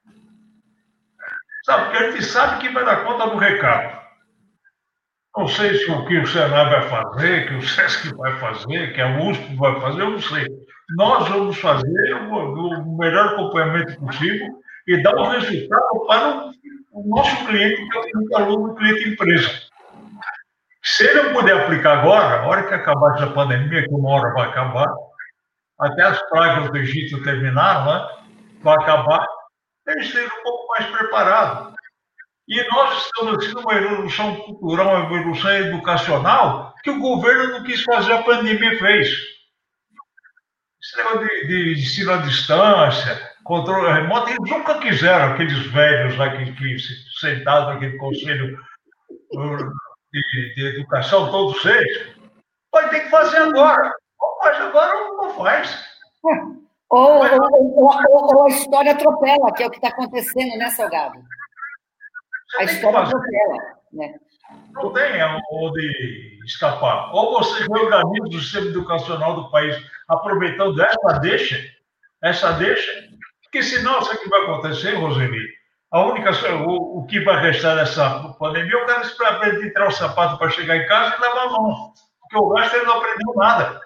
Sabe? Porque a gente sabe que vai dar conta do recado. Não sei se o que o Senai vai fazer, que o SESC vai fazer, que a USP vai fazer, eu não sei. Nós vamos fazer o melhor acompanhamento possível e dar o resultado para o nosso cliente, que é o aluno, o cliente empresa. Se ele não puder aplicar agora, a hora que acabar essa pandemia, que uma hora vai acabar, até as pragas do Egito terminaram, né? Vai acabar, eles estejam um pouco mais preparados. E nós estamos assim numa evolução cultural, uma evolução educacional, que o governo não quis fazer, a pandemia fez. Esse negócio de ensino à distância, controle remoto, eles nunca quiseram, aqueles velhos lá que sentados naquele conselho de educação, todos eles. Vai ter que fazer agora. Ou faz agora ou não faz. Ou a história atropela, que é o que está acontecendo, né, Salgado? A história atropela, né? Não tem onde escapar. Ou você reorganiza o sistema educacional do país aproveitando essa deixa, porque senão isso que vai acontecer, Roseli, o que vai restar dessa pandemia, o cara aprende a tirar o sapato para chegar em casa e lavar a mão. Porque o resto ele não aprendeu nada.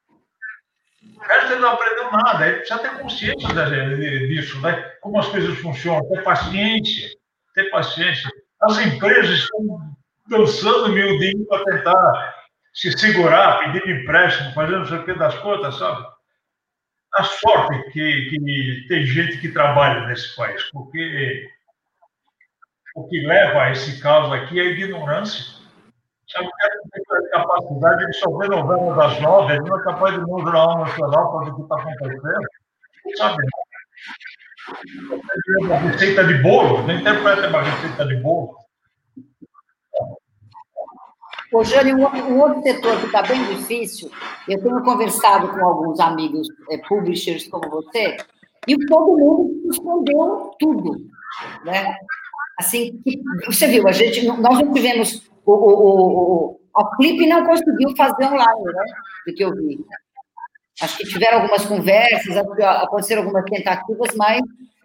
Ele precisa ter consciência disso, né? Como as coisas funcionam, ter paciência. As empresas estão dançando miudinho para tentar se segurar, pedindo empréstimo, fazendo não sei o que das contas, sabe? A sorte que tem gente que trabalha nesse país, porque o que leva a esse caos aqui é a ignorância. Sabe, o cara tem capacidade de só ver novela das 9, ele não é capaz de ir no Jornal Nacional para ver o que está acontecendo. Sabe? Uma receita de bolo, não interpreta uma receita de bolo. Ô, Jânio, um outro setor que está bem difícil, eu tenho conversado com alguns amigos publishers como você, e todo mundo respondeu tudo, né? Assim, você viu, nós não tivemos, a Flip não conseguiu fazer online, né, do que eu vi. Acho que tiveram algumas conversas, aconteceram algumas tentativas, mas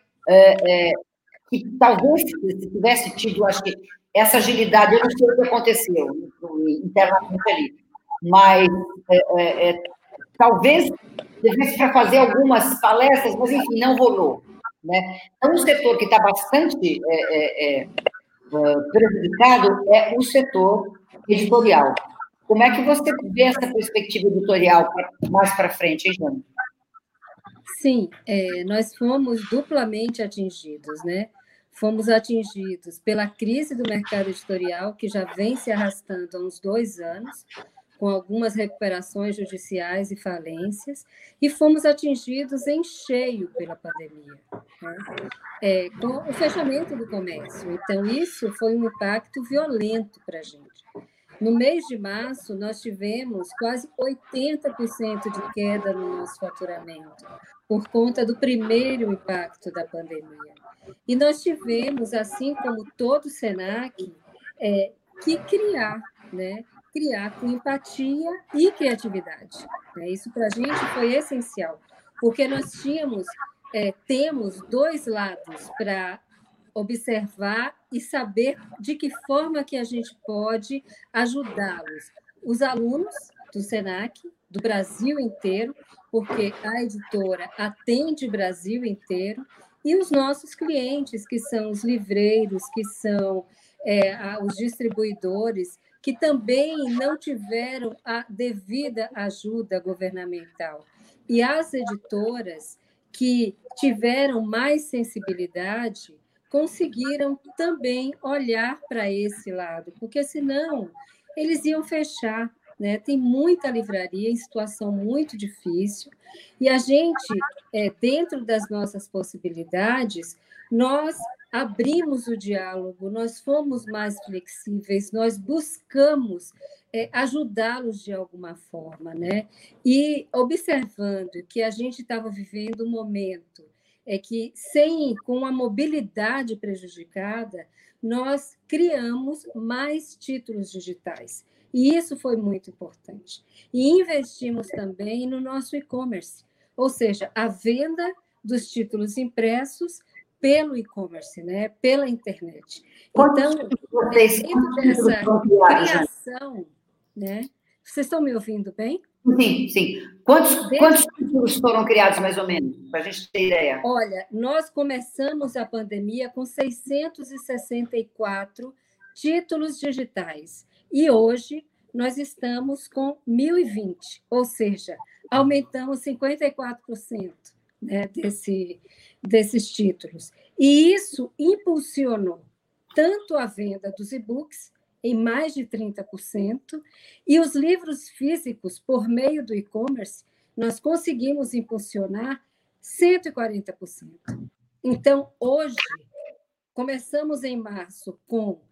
que talvez se tivesse tido, acho que essa agilidade, eu não sei o que aconteceu internamente ali, mas talvez devesse para fazer algumas palestras, mas enfim, não rolou, né? É um setor que está bastante prejudicado é o setor editorial. Como é que você vê essa perspectiva editorial mais para frente, hein, Jane? Sim, nós fomos duplamente atingidos, né? Fomos atingidos pela crise do mercado editorial, que já vem se arrastando há uns 2 anos, com algumas recuperações judiciais e falências, e fomos atingidos em cheio pela pandemia, né? Com o fechamento do comércio. Então, isso foi um impacto violento para a gente. No mês de março, nós tivemos quase 80% de queda no nosso faturamento, por conta do primeiro impacto da pandemia. E nós tivemos, assim como todo o SENAC, que criar, né? Criar com empatia e criatividade. Isso, para a gente, foi essencial, porque nós temos 2 lados para observar e saber de que forma que a gente pode ajudá-los. Os alunos do SENAC, do Brasil inteiro, porque a editora atende o Brasil inteiro, e os nossos clientes, que são os livreiros, que são os distribuidores, que também não tiveram a devida ajuda governamental. E as editoras que tiveram mais sensibilidade conseguiram também olhar para esse lado, porque senão eles iam fechar, né? Tem muita livraria em situação muito difícil, e a gente, dentro das nossas possibilidades, nós abrimos o diálogo, nós fomos mais flexíveis, nós buscamos ajudá-los de alguma forma, né? E observando que a gente estava vivendo um momento que, com a mobilidade prejudicada, nós criamos mais títulos digitais. E isso foi muito importante. E investimos também no nosso e-commerce, ou seja, a venda dos títulos impressos pelo e-commerce, né? Pela internet. Então, dentro dessa criação, né? Vocês estão me ouvindo bem? Sim, sim. Quantos títulos foram criados, mais ou menos, para a gente ter ideia? Olha, nós começamos a pandemia com 664 títulos digitais, e hoje nós estamos com 1.020, ou seja, aumentamos 54%, né, desses títulos. E isso impulsionou tanto a venda dos e-books, em mais de 30%, e os livros físicos, por meio do e-commerce, nós conseguimos impulsionar 140%. Então, hoje, começamos em março com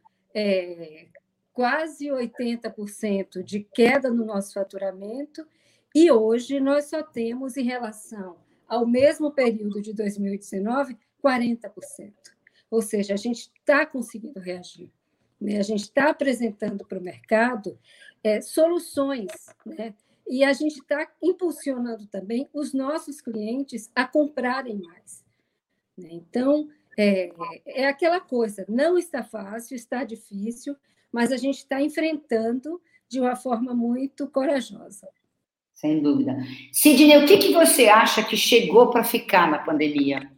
quase 80% de queda no nosso faturamento, e hoje nós só temos, em relação ao mesmo período de 2019, 40%. Ou seja, a gente está conseguindo reagir. A gente está apresentando para o mercado soluções, né? E a gente está impulsionando também os nossos clientes a comprarem mais. Então, é aquela coisa, não está fácil, está difícil, mas a gente está enfrentando de uma forma muito corajosa. Sem dúvida. Sidney, o que você acha que chegou para ficar na pandemia?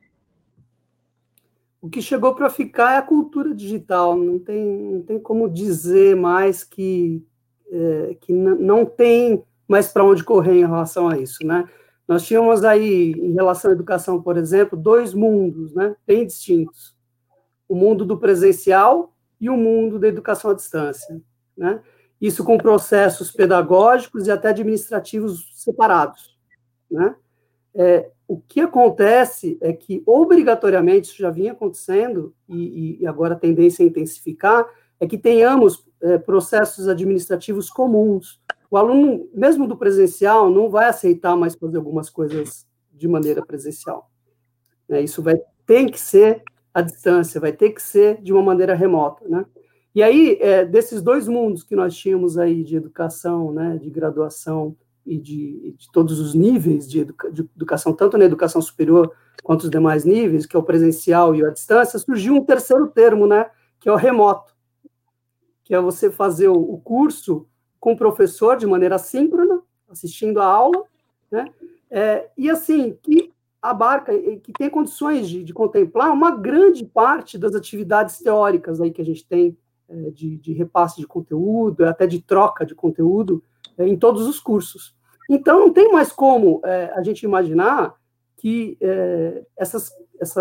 O que chegou para ficar é a cultura digital, não tem como dizer mais que não tem mais para onde correr em relação a isso, né? Nós tínhamos aí, em relação à educação, por exemplo, 2 mundos, né, bem distintos. O mundo do presencial e o mundo da educação à distância, né? Isso com processos pedagógicos e até administrativos separados, né? O que acontece é que, obrigatoriamente, isso já vinha acontecendo, e agora a tendência é intensificar, é que tenhamos processos administrativos comuns. O aluno, mesmo do presencial, não vai aceitar mais fazer algumas coisas de maneira presencial. Isso tem que ser à distância, vai ter que ser de uma maneira remota, né? E aí, desses 2 mundos que nós tínhamos aí de educação, né, de graduação, e de todos os níveis de educação, tanto na educação superior quanto os demais níveis, que é o presencial e a distância, surgiu um terceiro termo, né, que é o remoto, que é você fazer o curso com o professor de maneira assíncrona, assistindo a aula, né, e assim, que abarca e que tem condições de contemplar uma grande parte das atividades teóricas aí que a gente tem, de repasse de conteúdo, até de troca de conteúdo, em todos os cursos. Então, não tem mais como a gente imaginar que essas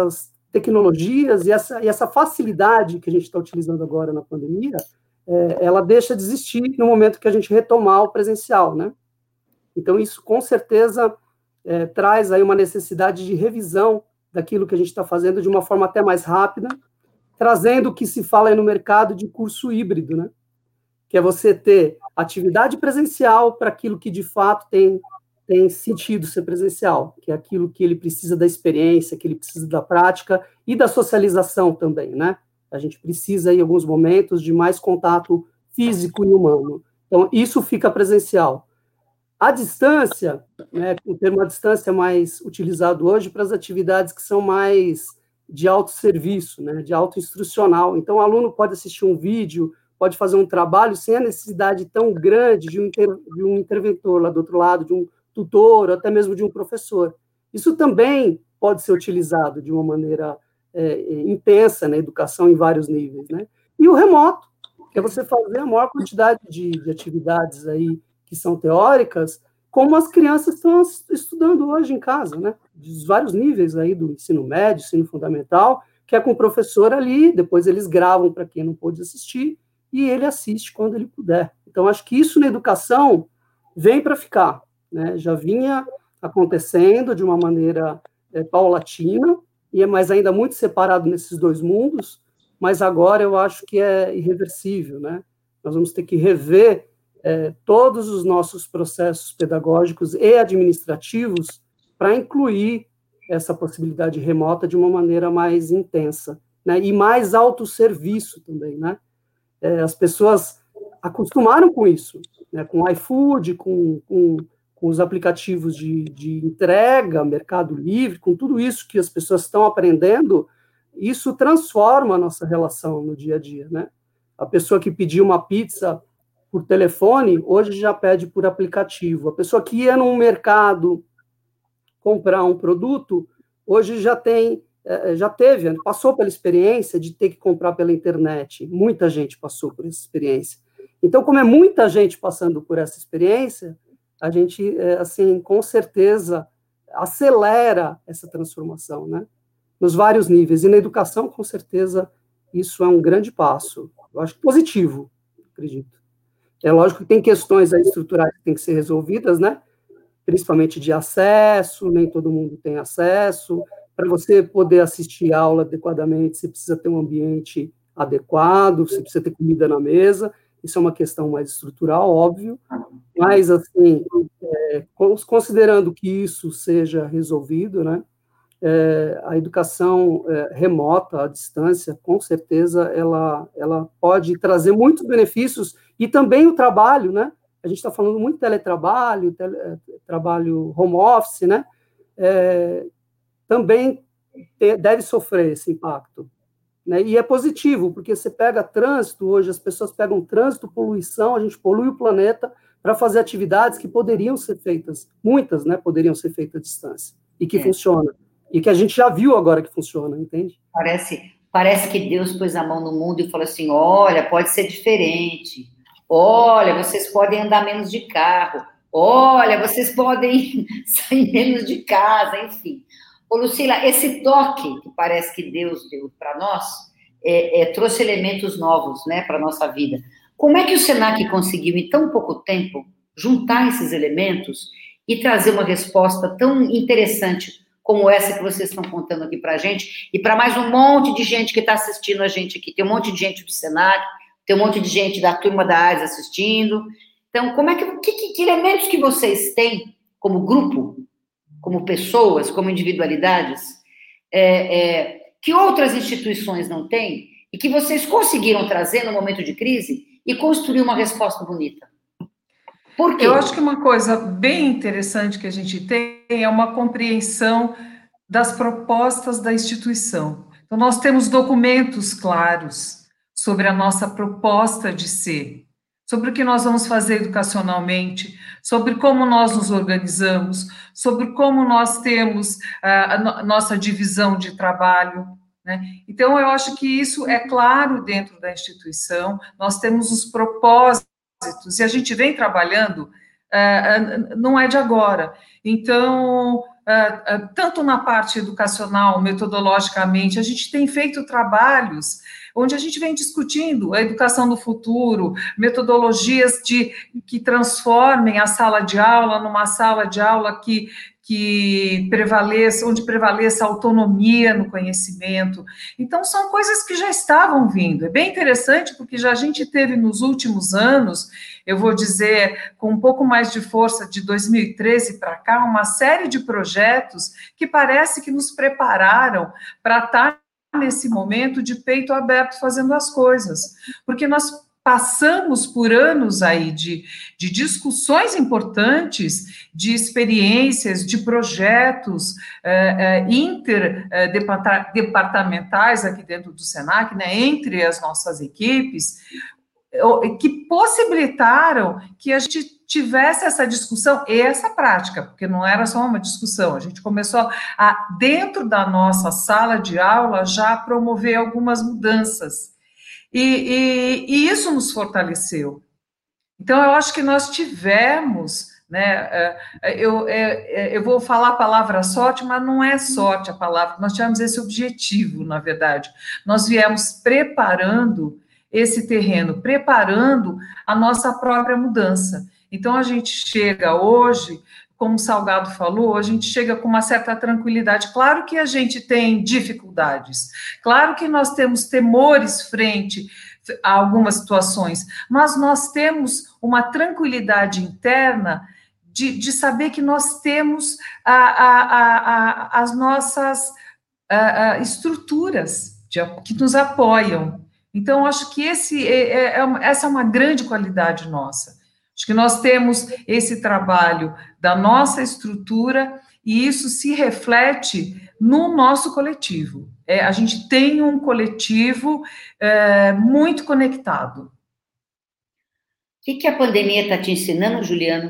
tecnologias e essa facilidade que a gente está utilizando agora na pandemia, ela deixa de existir no momento que a gente retomar o presencial, né? Então, isso, com certeza, traz aí uma necessidade de revisão daquilo que a gente está fazendo de uma forma até mais rápida, trazendo o que se fala aí no mercado de curso híbrido, né? Que é você ter atividade presencial para aquilo que, de fato, tem sentido ser presencial, que é aquilo que ele precisa da experiência, que ele precisa da prática e da socialização também, né? A gente precisa, em alguns momentos, de mais contato físico e humano. Então, isso fica presencial. A distância, né, o termo à distância é mais utilizado hoje para as atividades que são mais de autosserviço, né, de autoinstrucional. Então, o aluno pode assistir um vídeo, pode fazer um trabalho sem a necessidade tão grande de um interventor lá do outro lado, de um tutor, ou até mesmo de um professor. Isso também pode ser utilizado de uma maneira intensa na educação em vários níveis, né? E o remoto, que é você fazer a maior quantidade de atividades aí que são teóricas, como as crianças estão estudando hoje em casa, né? Dos vários níveis aí do ensino médio, ensino fundamental, que é com o professor ali, depois eles gravam para quem não pôde assistir, e ele assiste quando ele puder. Então, acho que isso na educação vem para ficar, né? Já vinha acontecendo de uma maneira paulatina, mas ainda muito separado nesses dois mundos, mas agora eu acho que é irreversível, né? Nós vamos ter que rever todos os nossos processos pedagógicos e administrativos para incluir essa possibilidade remota de uma maneira mais intensa, né? E mais autosserviço também, né? As pessoas acostumaram com isso, né? Com o iFood, com os aplicativos de entrega, Mercado Livre, com tudo isso que as pessoas estão aprendendo, isso transforma a nossa relação no dia a dia, né? A pessoa que pediu uma pizza por telefone, hoje já pede por aplicativo. A pessoa que ia num mercado comprar um produto, hoje já passou pela experiência de ter que comprar pela internet. Muita gente passou por essa experiência. Então, como é muita gente passando por essa experiência, a gente, assim, com certeza, acelera essa transformação, né? Nos vários níveis. E na educação, com certeza, isso é um grande passo. Eu acho positivo, acredito. É lógico que tem questões aí estruturais que têm que ser resolvidas, né? Principalmente de acesso, nem todo mundo tem acesso. Para você poder assistir a aula adequadamente, você precisa ter um ambiente adequado, você precisa ter comida na mesa. Isso é uma questão mais estrutural, óbvio. Mas, assim, considerando que isso seja resolvido, né? A educação remota, à distância, com certeza, ela pode trazer muitos benefícios, e também o trabalho, né? A gente está falando muito de teletrabalho, trabalho home office, né? Também deve sofrer esse impacto, né? E é positivo, porque você pega trânsito, hoje as pessoas pegam trânsito, poluição, a gente polui o planeta para fazer atividades que poderiam ser feitas, muitas, né? Poderiam ser feitas à distância, e que funcionam. E que a gente já viu agora que funciona, entende? Parece que Deus pôs a mão no mundo e falou assim, olha, pode ser diferente. Olha, vocês podem andar menos de carro. Olha, vocês podem sair menos de casa, enfim. Ô, Lucila, esse toque que parece que Deus deu para nós trouxe elementos novos, né, para a nossa vida. Como é que o Senac conseguiu, em tão pouco tempo, juntar esses elementos e trazer uma resposta tão interessante como essa que vocês estão contando aqui para a gente, e para mais um monte de gente que está assistindo a gente aqui. Tem um monte de gente do Senac, tem um monte de gente da turma da ARES assistindo. Então, que elementos que vocês têm como grupo, como pessoas, como individualidades, que outras instituições não têm, e que vocês conseguiram trazer no momento de crise e construir uma resposta bonita? Por quê? Eu acho que uma coisa bem interessante que a gente tem é uma compreensão das propostas da instituição. Então, nós temos documentos claros sobre a nossa proposta de ser, sobre o que nós vamos fazer educacionalmente, sobre como nós nos organizamos, sobre como nós temos a nossa divisão de trabalho, né? Então, eu acho que isso é claro dentro da instituição, nós temos os propósitos, e a gente vem trabalhando, não é de agora. Então, tanto na parte educacional, metodologicamente, a gente tem feito trabalhos onde a gente vem discutindo a educação do futuro, metodologias que transformem a sala de aula numa sala de aula que prevaleça, onde prevaleça a autonomia no conhecimento. Então, são coisas que já estavam vindo. É bem interessante, porque a gente teve nos últimos anos, eu vou dizer, com um pouco mais de força, de 2013 para cá, uma série de projetos que parece que nos prepararam para estar nesse momento de peito aberto fazendo as coisas, porque nós passamos por anos aí de discussões importantes, de experiências, de projetos interdepartamentais aqui dentro do SENAC, né, entre as nossas equipes, que possibilitaram que a gente tivesse essa discussão e essa prática, porque não era só uma discussão, a gente começou dentro da nossa sala de aula, já promover algumas mudanças, e isso nos fortaleceu. Então, eu acho que nós tivemos, né, eu vou falar a palavra sorte, mas não é sorte a palavra, nós tivemos esse objetivo, na verdade, nós viemos preparando esse terreno, preparando a nossa própria mudança. Então, a gente chega hoje, como o Salgado falou, a gente chega com uma certa tranquilidade. Claro que a gente tem dificuldades, claro que nós temos temores frente a algumas situações, mas nós temos uma tranquilidade interna de saber que nós temos as nossas estruturas que nos apoiam. Então, acho que essa é uma grande qualidade nossa. Acho que nós temos esse trabalho da nossa estrutura e isso se reflete no nosso coletivo. A gente tem um coletivo muito conectado. O que a pandemia está te ensinando, Juliano?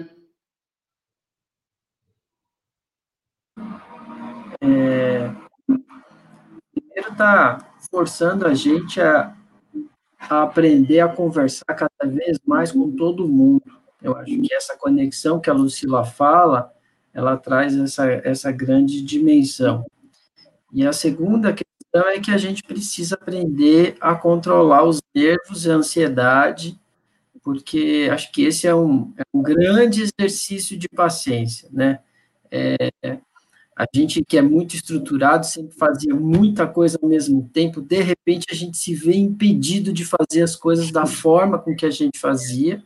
Primeiro está forçando a gente a aprender a conversar cada vez mais com todo mundo. Eu acho que essa conexão que a Lucila fala, ela traz essa grande dimensão. E a segunda questão é que a gente precisa aprender a controlar os nervos e a ansiedade, porque acho que esse é um grande exercício de paciência, né? A gente que é muito estruturado, sempre fazia muita coisa ao mesmo tempo, de repente a gente se vê impedido de fazer as coisas da forma com que a gente fazia.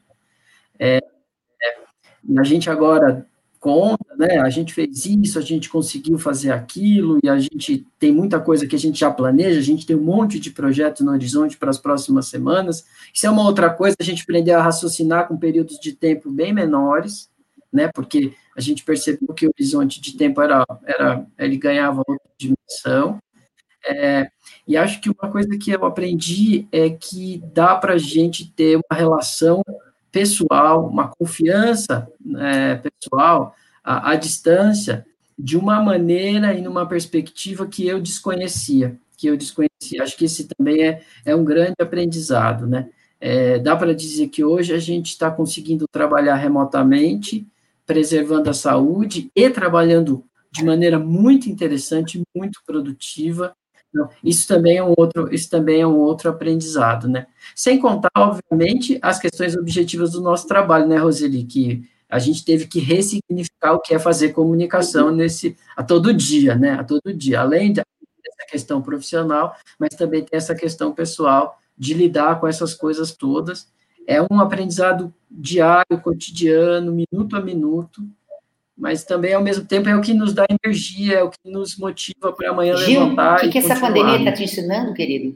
E a gente agora conta, né? A gente fez isso, a gente conseguiu fazer aquilo, e a gente tem muita coisa que a gente já planeja, a gente tem um monte de projetos no horizonte para as próximas semanas. Isso é uma outra coisa, a gente aprendeu a raciocinar com períodos de tempo bem menores, né? Porque a gente percebeu que o horizonte de tempo ele ganhava outra dimensão. E acho que uma coisa que eu aprendi é que dá para a gente ter uma relação pessoal, uma confiança pessoal à distância, de uma maneira e numa perspectiva que eu desconhecia. Acho que esse também é um grande aprendizado, né? Dá para dizer que hoje a gente está conseguindo trabalhar remotamente, preservando a saúde e trabalhando de maneira muito interessante, muito produtiva. Isso também é um outro aprendizado, né? Sem contar, obviamente, as questões objetivas do nosso trabalho, né, Roseli, que a gente teve que ressignificar o que é fazer comunicação a todo dia, né? A todo dia, além dessa questão profissional, mas também tem essa questão pessoal de lidar com essas coisas todas. É um aprendizado diário, cotidiano, minuto a minuto, mas também, ao mesmo tempo, é o que nos dá energia, é o que nos motiva para amanhã levantar. Gil, o que essa pandemia está te ensinando, querido?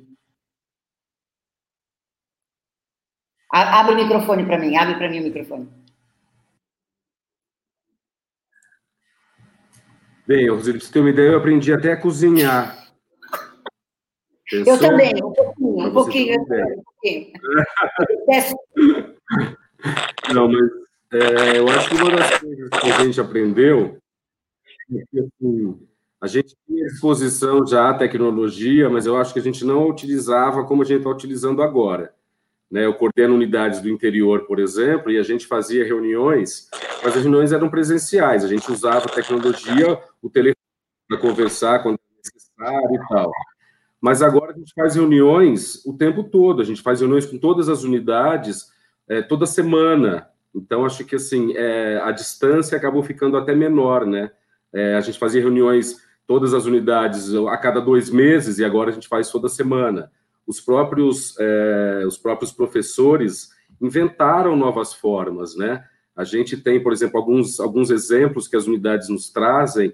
Abre o microfone para mim, abre para mim o microfone. Bem, Roseli, para você ter uma ideia, eu aprendi até a cozinhar. Pensou? Eu também, um pouquinho. Não, mas Eu acho que uma das coisas que a gente aprendeu é que, assim, a gente tinha à disposição já a tecnologia, mas eu acho que a gente não a utilizava como a gente está utilizando agora. Né? Eu coordeno unidades do interior, por exemplo, e a gente fazia reuniões, mas as reuniões eram presenciais, a gente usava a tecnologia, o telefone para conversar quando necessário e tal. Mas agora a gente faz reuniões o tempo todo, a gente faz reuniões com todas as unidades toda semana. Então, acho que assim, a distância acabou ficando até menor, né? A gente fazia reuniões, todas as unidades, a cada 2 meses, e agora a gente faz toda semana. Os próprios professores inventaram novas formas, né? A gente tem, por exemplo, alguns exemplos que as unidades nos trazem,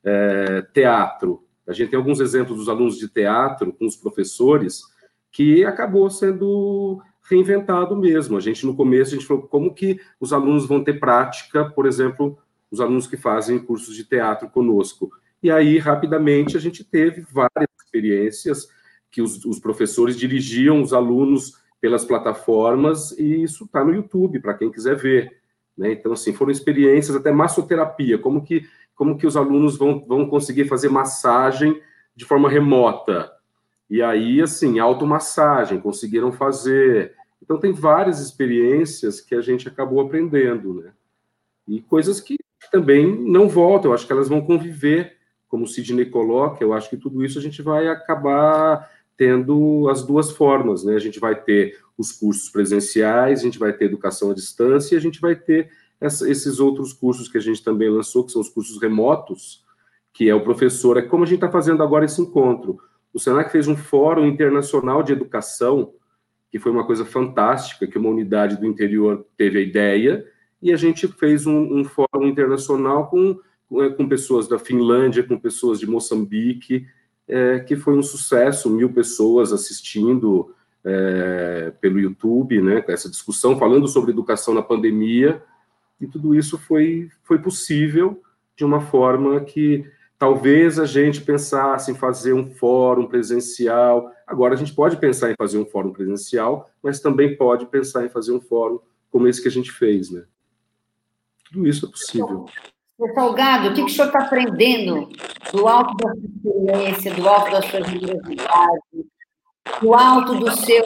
teatro. A gente tem alguns exemplos dos alunos de teatro com os professores que acabou sendo reinventado mesmo. A gente, no começo, a gente falou como que os alunos vão ter prática, por exemplo, os alunos que fazem cursos de teatro conosco. E aí, rapidamente, a gente teve várias experiências que os professores dirigiam os alunos pelas plataformas, e isso está no YouTube, para quem quiser ver. Né? Então, assim, foram experiências, até massoterapia, como que os alunos vão conseguir fazer massagem de forma remota. E aí, assim, automassagem, conseguiram fazer. Então, tem várias experiências que a gente acabou aprendendo, né? E coisas que também não voltam, eu acho que elas vão conviver, como o Sidney coloca, eu acho que tudo isso a gente vai acabar tendo as duas formas, né? A gente vai ter os cursos presenciais, a gente vai ter educação à distância, e a gente vai ter esses outros cursos que a gente também lançou, que são os cursos remotos, que é o professor, como a gente está fazendo agora esse encontro. O Senac fez um fórum internacional de educação, que foi uma coisa fantástica, que uma unidade do interior teve a ideia, e a gente fez um fórum internacional com pessoas da Finlândia, com pessoas de Moçambique, que foi um sucesso, 1.000 pessoas assistindo pelo YouTube, né, com essa discussão, falando sobre educação na pandemia, e tudo isso foi possível de uma forma que talvez a gente pensasse em fazer um fórum presencial. Agora a gente pode pensar em fazer um fórum presencial, mas também pode pensar em fazer um fórum como esse que a gente fez, né? Tudo isso é possível. Seu Salgado, o que o senhor está aprendendo do alto da sua experiência, do alto da sua generosidade, do alto do seu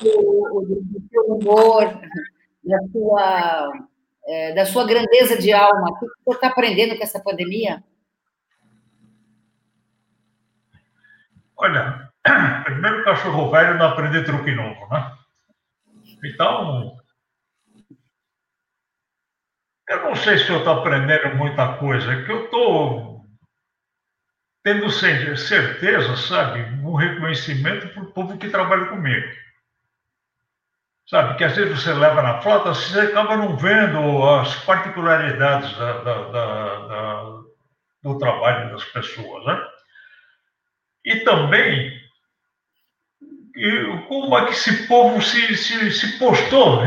humor, da sua grandeza de alma? O que o senhor está aprendendo com essa pandemia? Olha, primeiro cachorro velho não aprende truque novo, né? Então, eu não sei se eu estou aprendendo muita coisa, é que eu estou tendo certeza, sabe, um reconhecimento para o povo que trabalha comigo. Sabe, que às vezes você leva na frota, você acaba não vendo as particularidades do trabalho das pessoas, né? E também, como é que esse povo se postou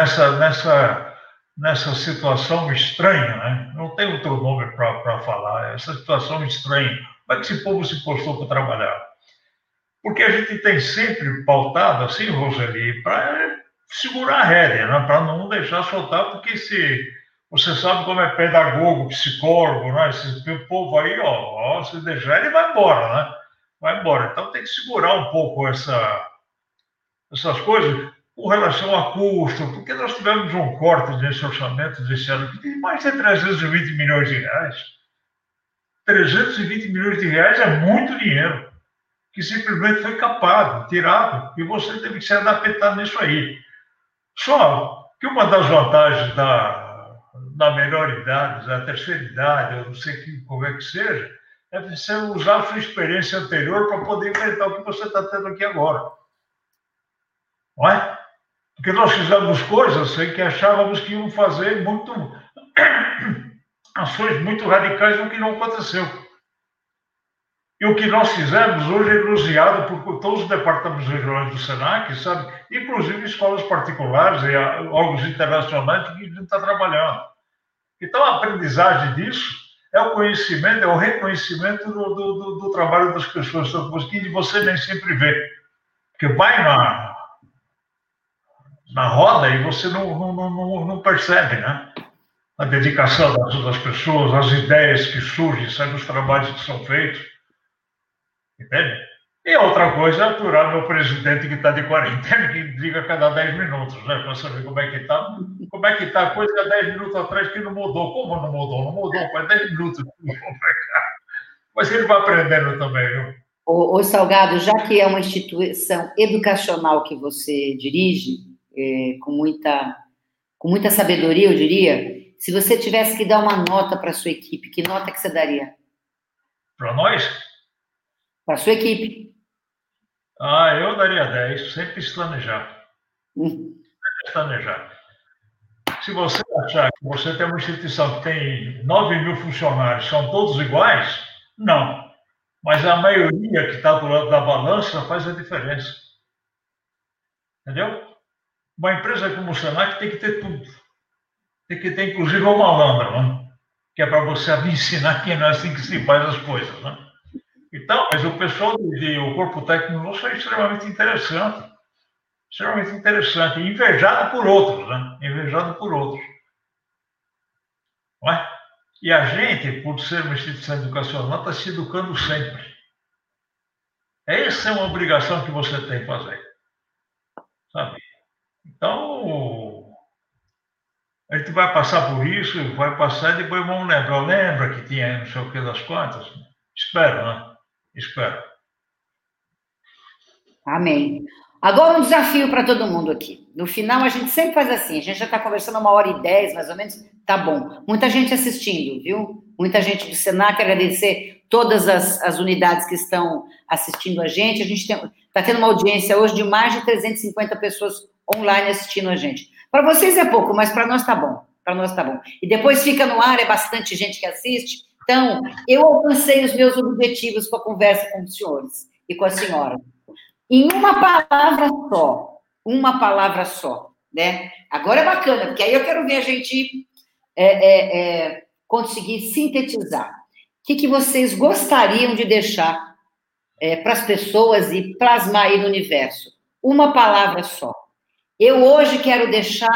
nessa situação estranha, né? Não tem outro nome para falar, essa situação estranha. Como é que esse povo se postou para trabalhar? Porque a gente tem sempre pautado, assim, Roseli, para segurar a rédea, né? Para não deixar soltar, porque você sabe como é pedagogo, psicólogo, né? Esse povo aí, se deixar, ele vai embora, né? Vai embora. Então tem que segurar um pouco essas coisas com relação a custo, porque nós tivemos um corte nesse orçamento desse ano que tem mais de 320 milhões de reais. 320 milhões de reais é muito dinheiro, que simplesmente foi capado, tirado, e você teve que se adaptar nisso aí. Só que uma das vantagens da melhor idade, da terceira idade, eu não sei como é que seja, é você usar a sua experiência anterior para poder enfrentar o que você está tendo aqui agora. Não é? Porque nós fizemos coisas que achávamos que iam fazer ações muito radicais, o que não aconteceu. E o que nós fizemos hoje é elogiado por todos os departamentos regionais do Senac, sabe? Inclusive escolas particulares e órgãos internacionais que a gente está trabalhando. Então, a aprendizagem disso é o conhecimento, é o reconhecimento do trabalho das pessoas, que você nem sempre vê. Porque vai na roda e você não percebe, né? a dedicação das pessoas, as ideias que surgem, sabe, os trabalhos que são feitos. Entende? E outra coisa é aturar meu presidente que está de quarentena, que liga a cada 10 minutos, né? Para saber como é que está. Como é que está a coisa há 10 minutos atrás que não mudou. Como não mudou? Não mudou, faz 10 minutos. Mas ele vai aprendendo também, viu? Ô Salgado, já que é uma instituição educacional que você dirige, com muita sabedoria, eu diria, se você tivesse que dar uma nota para a sua equipe, que nota que você daria? Para nós? Para a sua equipe. Eu daria 10, sempre se planejar. Sempre se planejar. Se você achar que você tem uma instituição que tem 9 mil funcionários, são todos iguais, não. Mas a maioria que está do lado da balança faz a diferença. Entendeu? Uma empresa como o Senac tem que ter tudo. Tem que ter, inclusive, o malandro, né? Que é para você ensinar que não é assim que se faz as coisas, né? Então, mas o pessoal o corpo técnico nosso é extremamente interessante. Extremamente interessante. E invejado por outros, né? Invejado por outros. Não é? E a gente, por ser uma instituição educacional, está se educando sempre. Essa é uma obrigação que você tem que fazer. Sabe? Então, a gente vai passar por isso, vai passar e depois vamos lembrar. Lembra que tinha não sei o que das quantas? Espero, né? Espero. Amém. Agora um desafio para todo mundo aqui. No final, a gente sempre faz assim, a gente já está conversando 1h10, mais ou menos, tá bom. Muita gente assistindo, viu? Muita gente do Senac, agradecer todas as unidades que estão assistindo a gente. A gente está tendo uma audiência hoje de mais de 350 pessoas online assistindo a gente. Para vocês é pouco, mas para nós tá bom. Para nós tá bom. E depois fica no ar, é bastante gente que assiste. Então, eu alcancei os meus objetivos com a conversa com os senhores e com a senhora. Em uma palavra só, né? Agora é bacana, porque aí eu quero ver a gente conseguir sintetizar. O que vocês gostariam de deixar para as pessoas e plasmar aí no universo? Uma palavra só. Eu hoje quero deixar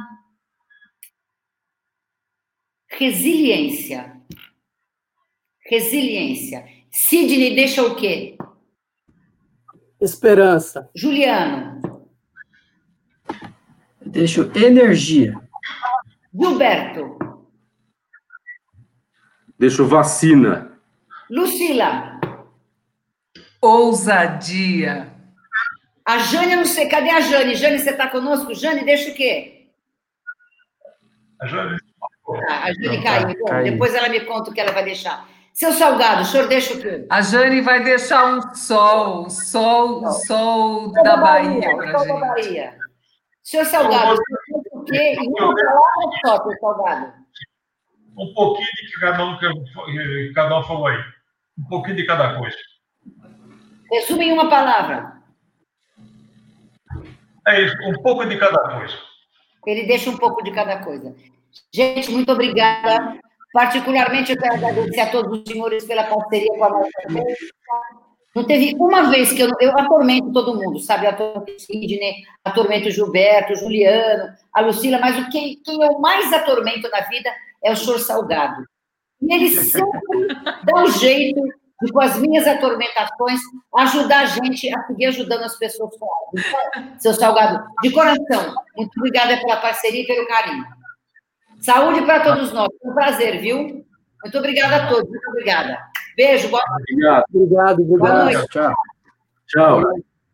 resiliência. Resiliência. Sidney deixa o quê? Esperança. Juliano. Deixo energia. Gilberto. Deixo vacina. Lucila. Ousadia. A Jane, eu não sei, cadê a Jane? Jane, você está conosco? Jane, deixa o quê? A Jane caiu. Bom, depois ela me conta o que ela vai deixar. Seu Salgado, o senhor deixa o quê? A Jane vai deixar um sol, o sol da Bahia para a gente. Bahia. Seu Salgado, o senhor deixa o quê? E uma palavra só, seu Salgado. Um pouquinho de que cada um falou aí. Um pouquinho de cada coisa. Resume em uma palavra. É isso, um pouco de cada coisa. Ele deixa um pouco de cada coisa. Gente, muito obrigada. Particularmente, eu quero agradecer a todos os senhores pela parceria com a nossa mesa. Não teve uma vez que eu atormento todo mundo, sabe? Eu atormento o Sidney, atormento o Gilberto, o Juliano, a Lucila, mas quem eu mais atormento na vida é o senhor Salgado. E ele sempre dá um jeito de, com as minhas atormentações, ajudar a gente a seguir ajudando as pessoas com algo. Então, seu Salgado, de coração, muito obrigada pela parceria e pelo carinho. Saúde para todos nós. Foi um prazer, viu? Muito obrigada a todos. Muito obrigada. Beijo. Boa noite. Obrigado. Obrigado. Boa noite. Tchau. Tchau.